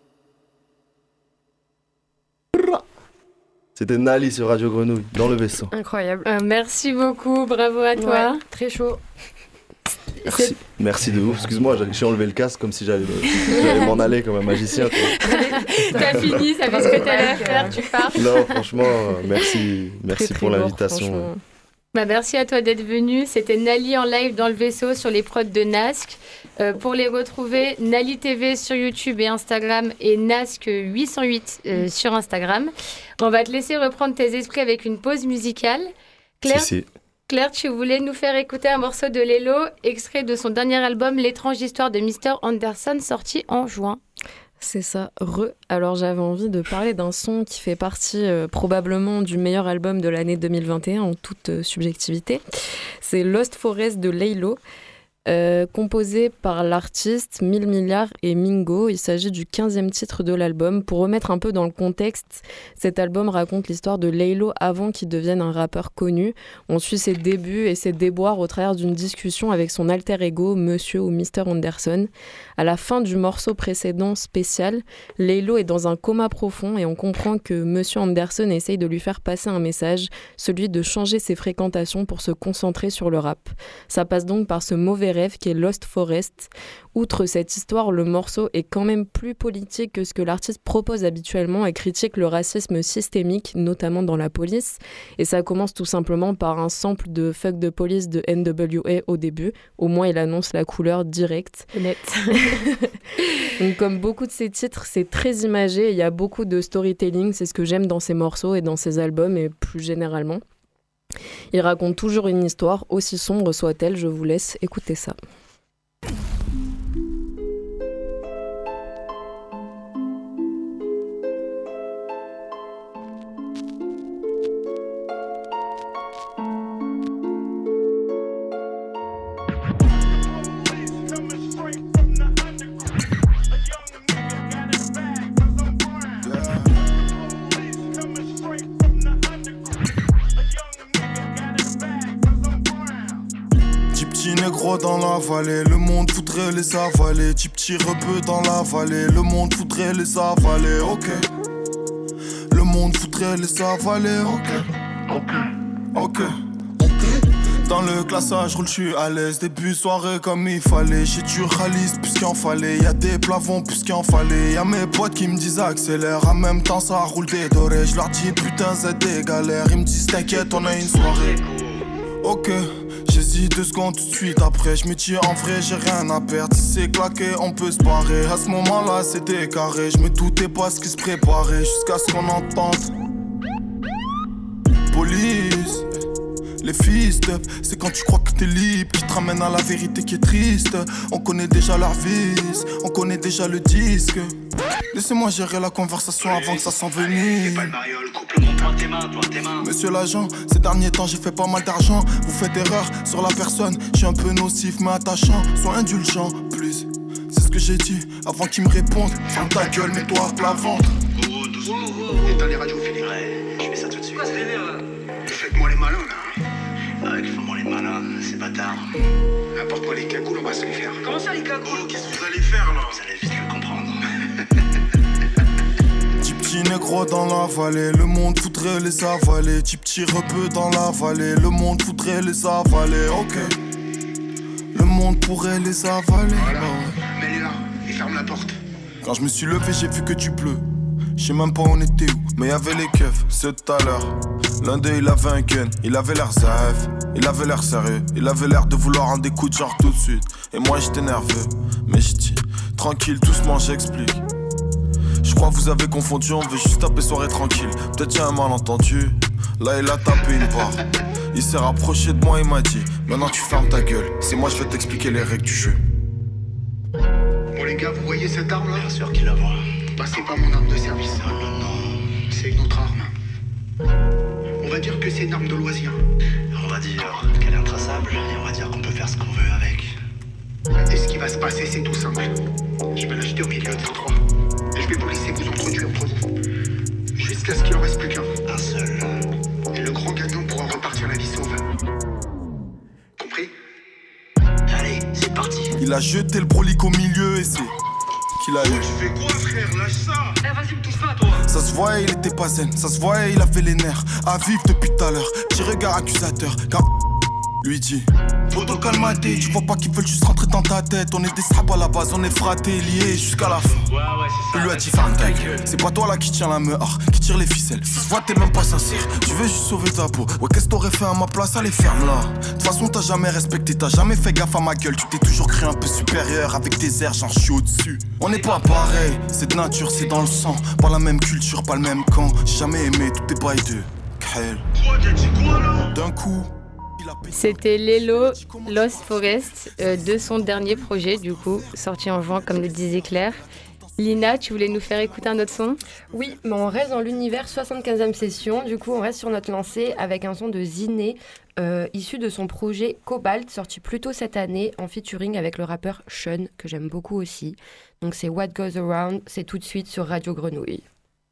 C'était Nali sur Radio Grenouille, dans le vaisseau. Incroyable. Merci beaucoup, bravo à toi. Ouais, très chaud. Merci de ouf. Excuse-moi, j'ai enlevé le casque comme si j'allais m'en aller comme un magicien. T'as fini, ça fait ce que t'allais faire, tu pars. Non, franchement, merci très pour l'invitation. Merci à toi d'être venu. C'était Nali en live dans le vaisseau sur les prods de Nasc. Pour les retrouver, Nali TV sur YouTube et Instagram et Nasc 808 sur Instagram. On va te laisser reprendre tes esprits avec une pause musicale. Claire, tu voulais nous faire écouter un morceau de Lelo, extrait de son dernier album L'étrange histoire de Mr. Anderson, sorti en juin. C'est ça, Alors j'avais envie de parler d'un son qui fait partie probablement du meilleur album de l'année 2021 en toute subjectivité. C'est Lost Forest de Laylo. Composé par l'artiste 1000 Milliards et Mingo. Il s'agit du 15e titre de l'album. Pour remettre un peu dans le contexte, cet album raconte l'histoire de Laylo avant qu'il devienne un rappeur connu. On suit ses débuts et ses déboires au travers d'une discussion avec son alter ego, Monsieur ou Mr. Anderson. À la fin du morceau précédent spécial, Laylo est dans un coma profond et on comprend que Monsieur Anderson essaye de lui faire passer un message, celui de changer ses fréquentations pour se concentrer sur le rap. Ça passe donc par ce mauvais rêve qui est Lost Forest. Outre cette histoire, le morceau est quand même plus politique que ce que l'artiste propose habituellement et critique le racisme systémique, notamment dans la police. Et ça commence tout simplement par un sample de Fuck the Police de NWA au début. Au moins, il annonce la couleur directe. Net. Donc, comme beaucoup de ses titres, c'est très imagé. Il y a beaucoup de storytelling. C'est ce que j'aime dans ses morceaux et dans ses albums et plus généralement. Il raconte toujours une histoire, aussi sombre soit-elle. Je vous laisse écouter ça. négro dans la vallée, le monde voudrait les avaler. Petit rebeu dans la vallée, le monde voudrait les avaler, ok. Le monde voudrait les avaler, ok. Dans le classage, roule, j'suis à l'aise. Début soirée comme il fallait. J'ai du réaliste plus qu'il en fallait. Y'a des plafonds plus qu'il en fallait. Y'a mes potes qui me disent accélère. En même temps, ça roule des dorés. J'leur dis putain, c'est des galères. Ils me disent t'inquiète, on a une soirée. Ok, j'hésite 2 secondes tout de suite après. J'me dis en vrai, j'ai rien à perdre. Si c'est claqué, on peut se barrer. À ce moment-là, c'était carré. J'me doutais pas ce qui se préparait. Jusqu'à ce qu'on entende police. Les fils up, c'est quand tu crois que t'es libre qui te ramène à la vérité qui est triste. On connaît déjà leur vice, on connaît déjà le disque. Laissez-moi gérer la conversation avant que ça s'envenime. Monsieur l'agent, ces derniers temps j'ai fait pas mal d'argent. Vous faites erreur sur la personne, je suis un peu nocif mais attachant. Sois indulgent, plus, c'est ce que j'ai dit avant qu'ils me répondent. Ferme ta gueule, mets-toi à plat ventre. Doucement, éteins les radios, Philippe. Ouais, je fais ça tout de suite. Quoi, c'est faites-moi les malins là. Ouais, fais-moi les malins, c'est bâtard. Apporte-moi les cagoules, on va se les faire. Comment ça les cagoules? Qu'est-ce que vous allez faire là? Vous allez vite le comprendre. Petit négro dans la vallée, le monde voudrait les avaler. Petit rebeu dans la vallée, le monde voudrait les avaler, ok. Le monde pourrait les avaler. Voilà, mets-les là et ferme la porte. Quand je me suis levé, j'ai vu que tu pleux. Je sais même pas on était où, mais y'avait les keufs, ceux de tout à l'heure. L'un d'eux il avait un gun, il avait l'air zaf, il avait l'air sérieux, il avait l'air de vouloir un des coups de genre tout de suite. Et moi j'étais nerveux, mais je dis, tranquille, doucement j'explique. Je crois que vous avez confondu, on veut juste taper soirée tranquille. Peut-être y'a un malentendu, là il a tapé une barre. Il s'est rapproché de moi et m'a dit, maintenant tu fermes ta gueule, c'est moi je vais t'expliquer les règles du jeu. Bon les gars, vous voyez cette arme là? Bien sûr qu'il la voit. Bah c'est pas mon arme de service. Non, c'est une autre arme. On va dire que c'est une arme de loisir. On va dire qu'elle est intraçable et on va dire qu'on peut faire ce qu'on veut avec. Et ce qui va se passer, c'est tout simple. Je vais l'acheter au milieu de vous trois. Et je vais vous laisser vous entretuer entre vous. Jusqu'à ce qu'il en reste plus qu'un. Un seul. Et le grand gagnant pourra repartir la vie sauve. Compris? Allez, c'est parti. Il a jeté le brolic au milieu et c'est qu'il a eu. Tu fais quoi frère? Lâche ça. Eh vas-y, me touche pas toi. Ça se voyait, il était pas zen. Ça se voyait, il avait les nerfs à vivre depuis tout à l'heure. Petit regard accusateur quand lui dit faut te calmater, tu vois pas qu'ils veulent juste rentrer dans ta tête. On est des sables à la base, on est fratés, liés jusqu'à la fin. Ouais, c'est ça. Il lui a dit ferme ta gueule. C'est pas toi là qui tiens la meuf, qui tire les ficelles. Ça se voit, t'es même pas sincère. Tu veux juste sauver ta peau. Ouais, qu'est-ce que t'aurais fait à ma place? Allez, ferme là. De toute façon, t'as jamais respecté, t'as jamais fait gaffe à ma gueule. Tu t'es toujours cru un peu supérieur avec tes airs, genre je suis au-dessus. On n'est pas pareil, c'est de nature, c'est dans le sang. Pas la même culture, pas le même camp. J'ai jamais aimé, tout est bail de Kael. Quoi, t'as dit quoi là? D'un coup. C'était Lelo Lost Forest de son dernier projet, du coup, sorti en juin, comme le disait Claire. Lina, tu voulais nous faire écouter un autre son? Oui, mais on reste dans l'univers 75e session. Du coup, on reste sur notre lancée avec un son de Ziné, issu de son projet Cobalt, sorti plus tôt cette année en featuring avec le rappeur Sean, que j'aime beaucoup aussi. Donc c'est What Goes Around, c'est tout de suite sur Radio Grenouille.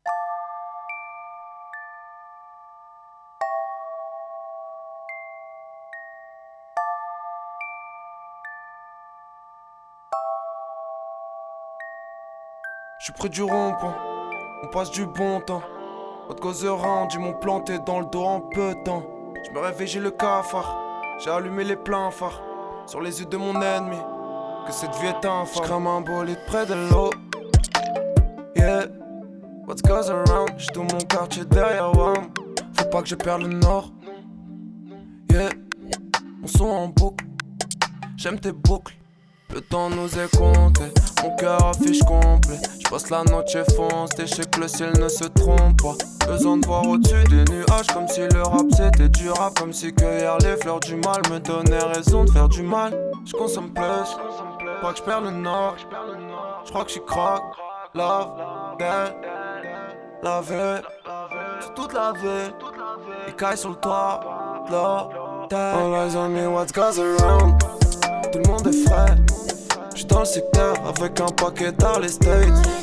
Je suis près du rond-point, on passe du bon temps. What goes around, j'ai mon planté dans le dos en peu de temps. Je me réveille, j'ai le cafard, j'ai allumé les pleins phares sur les yeux de mon ennemi, que cette vie est infâme. Je crame un bolide près de l'eau. Yeah, what goes around, j'ai tout mon quartier derrière WAM. Faut pas que je perde le nord. Yeah, mon son en boucle, j'aime tes boucles. Le temps nous est compté, mon cœur affiche complet. J'passe la noche fonce, je sais que le ciel ne se trompe pas. Besoin de voir au-dessus des nuages, comme si le rap c'était du rap. Comme si cueillir les fleurs du mal me donnait raison de faire du mal. J'consomme plus, pas que j'perds le nord. J'crois que j'suis croque, love, dead. La ville, c'est toute la ville. Les cailles sur le toit, là, dead. All eyes on me, what goes around. Tout le monde est frais. J'suis dans le secteur avec un paquet dans les States.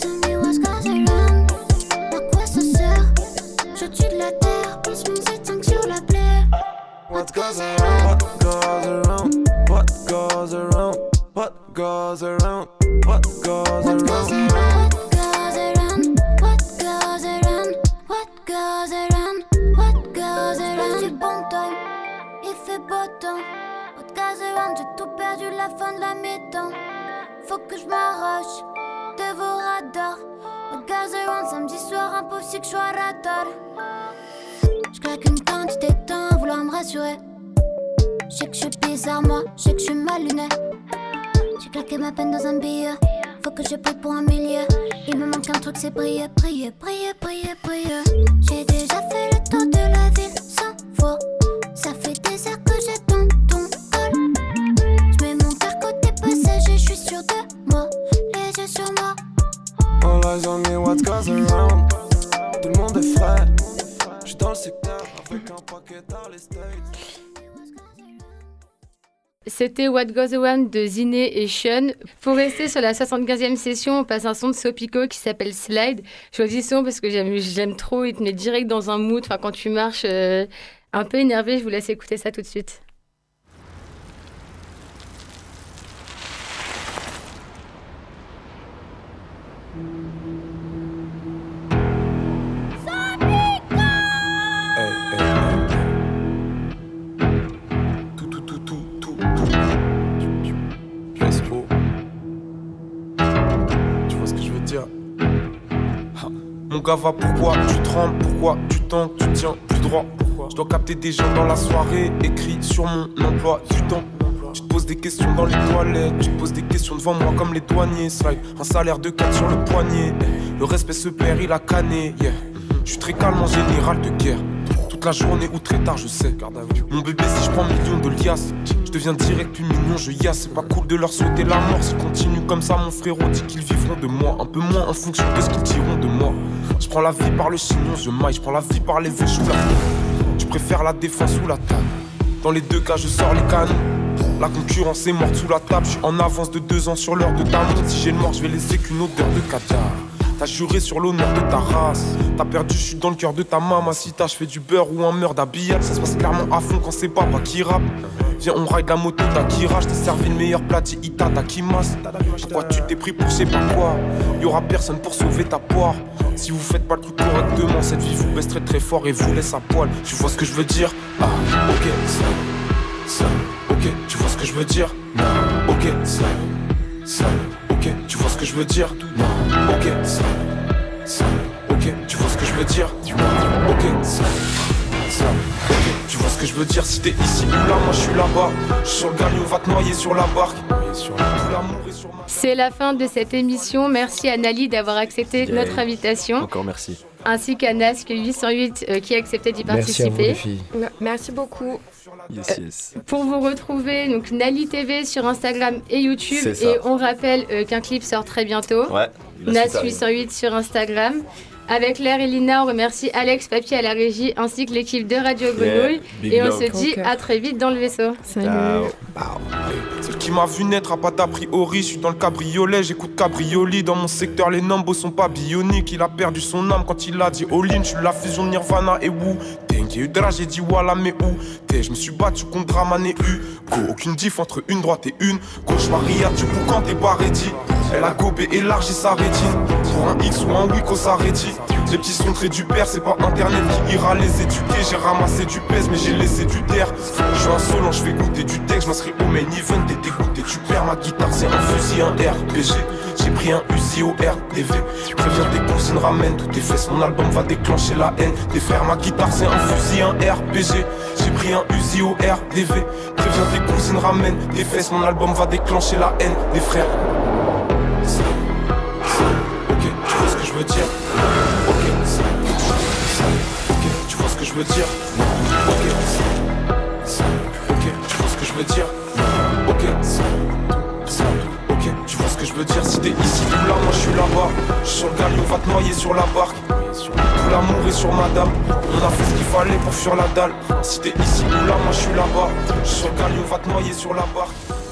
À quoi ça sert? Je tue de la terre, passe mon 7-5 sur la plaie. What goes around, what goes around, what goes goes around, what goes around. What goes around, what goes around, what goes around, what goes around. C'est bon time, il fait beau temps. What goes around, j'ai tout perdu la fin de la mi-temps. Faut que je m'arrache de vos radars. What goes around, samedi soir, impossible que je sois radar. J'claque une quantité de temps à vouloir me rassurer. J'sais que j'suis bizarre moi, j'sais que j'suis mal luné. J'ai claqué ma peine dans un billet. Faut que je paye pour 1 million. Il me manque un truc, c'est briller, briller, briller, briller, briller. J'ai déjà fait le tour de la ville sans faux. Ça fait des heures que j'ai ton col. J'mets mon cœur côté passager, j'suis sûr de moi. Les yeux sur moi. All eyes on me, what goes around. Tout le monde est frais. J'suis dans le secteur avec un paquet dans les States. C'était What Goes Around de Ziné et Sean. Pour rester sur la 75e session, on passe un son de Sopico qui s'appelle Slide. Je choisis ce son parce que j'aime trop, il te met direct dans un mood. Enfin, quand tu marches un peu énervé, je vous laisse écouter ça tout de suite. Mon gars va, pourquoi tu trembles, pourquoi tu tanques, tu tiens plus droit. Je dois capter des gens dans la soirée, écrit sur mon emploi du temps. Tu te poses des questions dans les toilettes, tu te poses des questions devant moi comme les douaniers. Slide, un salaire de 4 sur le poignet. Le respect se perd, il a canné, yeah. Je suis très calme en général de guerre. Toute la journée ou très tard, je sais. Mon bébé, si je prends millions de liasses, je deviens direct plus mignon, je yasse. C'est pas cool de leur souhaiter la mort. S'ils continuent comme ça, mon frérot dit qu'ils vivront de moi. Un peu moins en fonction de ce qu'ils diront de moi. Je prends la vie par le chignon, je maille. Je prends la vie par les vœux, je suis là. Je préfère la défense ou la table. Dans les deux cas, je sors les canons. La concurrence est morte sous la table. Je suis en avance de 2 ans sur l'heure de ta montre. Si j'ai le mort, je vais laisser qu'une odeur de caviar. T'as juré sur l'honneur de ta race. T'as perdu, je suis dans le cœur de ta mamacita. Je fais du beurre ou un meurtre d'habillage. Ça se passe clairement à fond quand c'est papa qui rappe. Viens, on ride la moto d'Akira. Je t'ai servi le meilleur plat d'Ita d'Akimas. Pourquoi tu t'es pris pour je sais pas quoi? Y'aura personne pour sauver ta poire. Si vous faites pas le truc correctement, cette vie vous baisse très très fort et vous laisse à poil. Tu vois ce que je veux dire? Ah, ok, ça, ok, tu vois ce que je veux dire? Non, ok, ça, ok, tu vois ce que je veux dire? Non, ok, ça, ok, tu vois ce que je veux dire? Ok, ça, ok, tu vois ce que je veux dire? Si t'es ici ou là, moi je suis là-bas. Je suis sur le galion, on va te noyer sur la barque. C'est la fin de cette émission. Merci à Nali d'avoir accepté notre invitation. Encore merci. Ainsi qu'à Nasque 808 qui a accepté d'y participer. Merci à vous les filles. Merci beaucoup. Yes. Pour vous retrouver, donc Nali TV sur Instagram et YouTube. Et on rappelle qu'un clip sort très bientôt. Ouais. Nas 808 sur Instagram. Avec Claire et Lina, on remercie Alex Papier à la régie ainsi que l'équipe de Radio Grenouille. Et on se dit à très vite dans le vaisseau. Salut. Celle qui m'a vu naître a pas d'a priori. Je suis dans le cabriolet, j'écoute Cabrioli. Dans mon secteur, les numbos sont pas bioniques. Il a perdu son âme quand il a dit all-in. Je suis la fusion Nirvana et Wu. J'ai eu drap, j'ai dit voilà, mais où t'es? Je me suis battu contre Draman et Hugo. Aucune diff entre une droite et une gauche. Maria, du coup, quand t'es pas ready. Elle a gobé, élargi sa rétine. Pour un X ou un Wiko, ça rédit. Les petits sont très du père, c'est pas internet qui ira les éduquer. J'ai ramassé du pèse, mais j'ai laissé du terre. Je suis insolent, je fais goûter du texte. Je m'inscris au main event, t'es dégoûté. Tu perds ma guitare, c'est un fusil, un RPG. J'ai pris un Uzi au RTV. Préviens tes cousines, ramène toutes tes fesses. Mon album va déclencher la haine des frères. Ma guitare, c'est un fusil, un RPG. J'ai pris un Uzi au RDV. Préviens tes cousines, ramène tes fesses. Mon album va déclencher la haine des frères. Ok, tu vois ce que je veux dire? Ok, tu vois ce que je veux dire? Ok, tu vois ce que je veux dire? Ok, tu vois ce que je veux dire? Si t'es ici ou là, moi je suis là-bas. Je suis sur le galion, on va te noyer sur la barque. Tout l'amour est sur madame. On a fait ce qu'il fallait pour fuir la dalle. Si t'es ici ou là, moi je suis là-bas. Je suis sur le galion, on va te noyer sur la barque.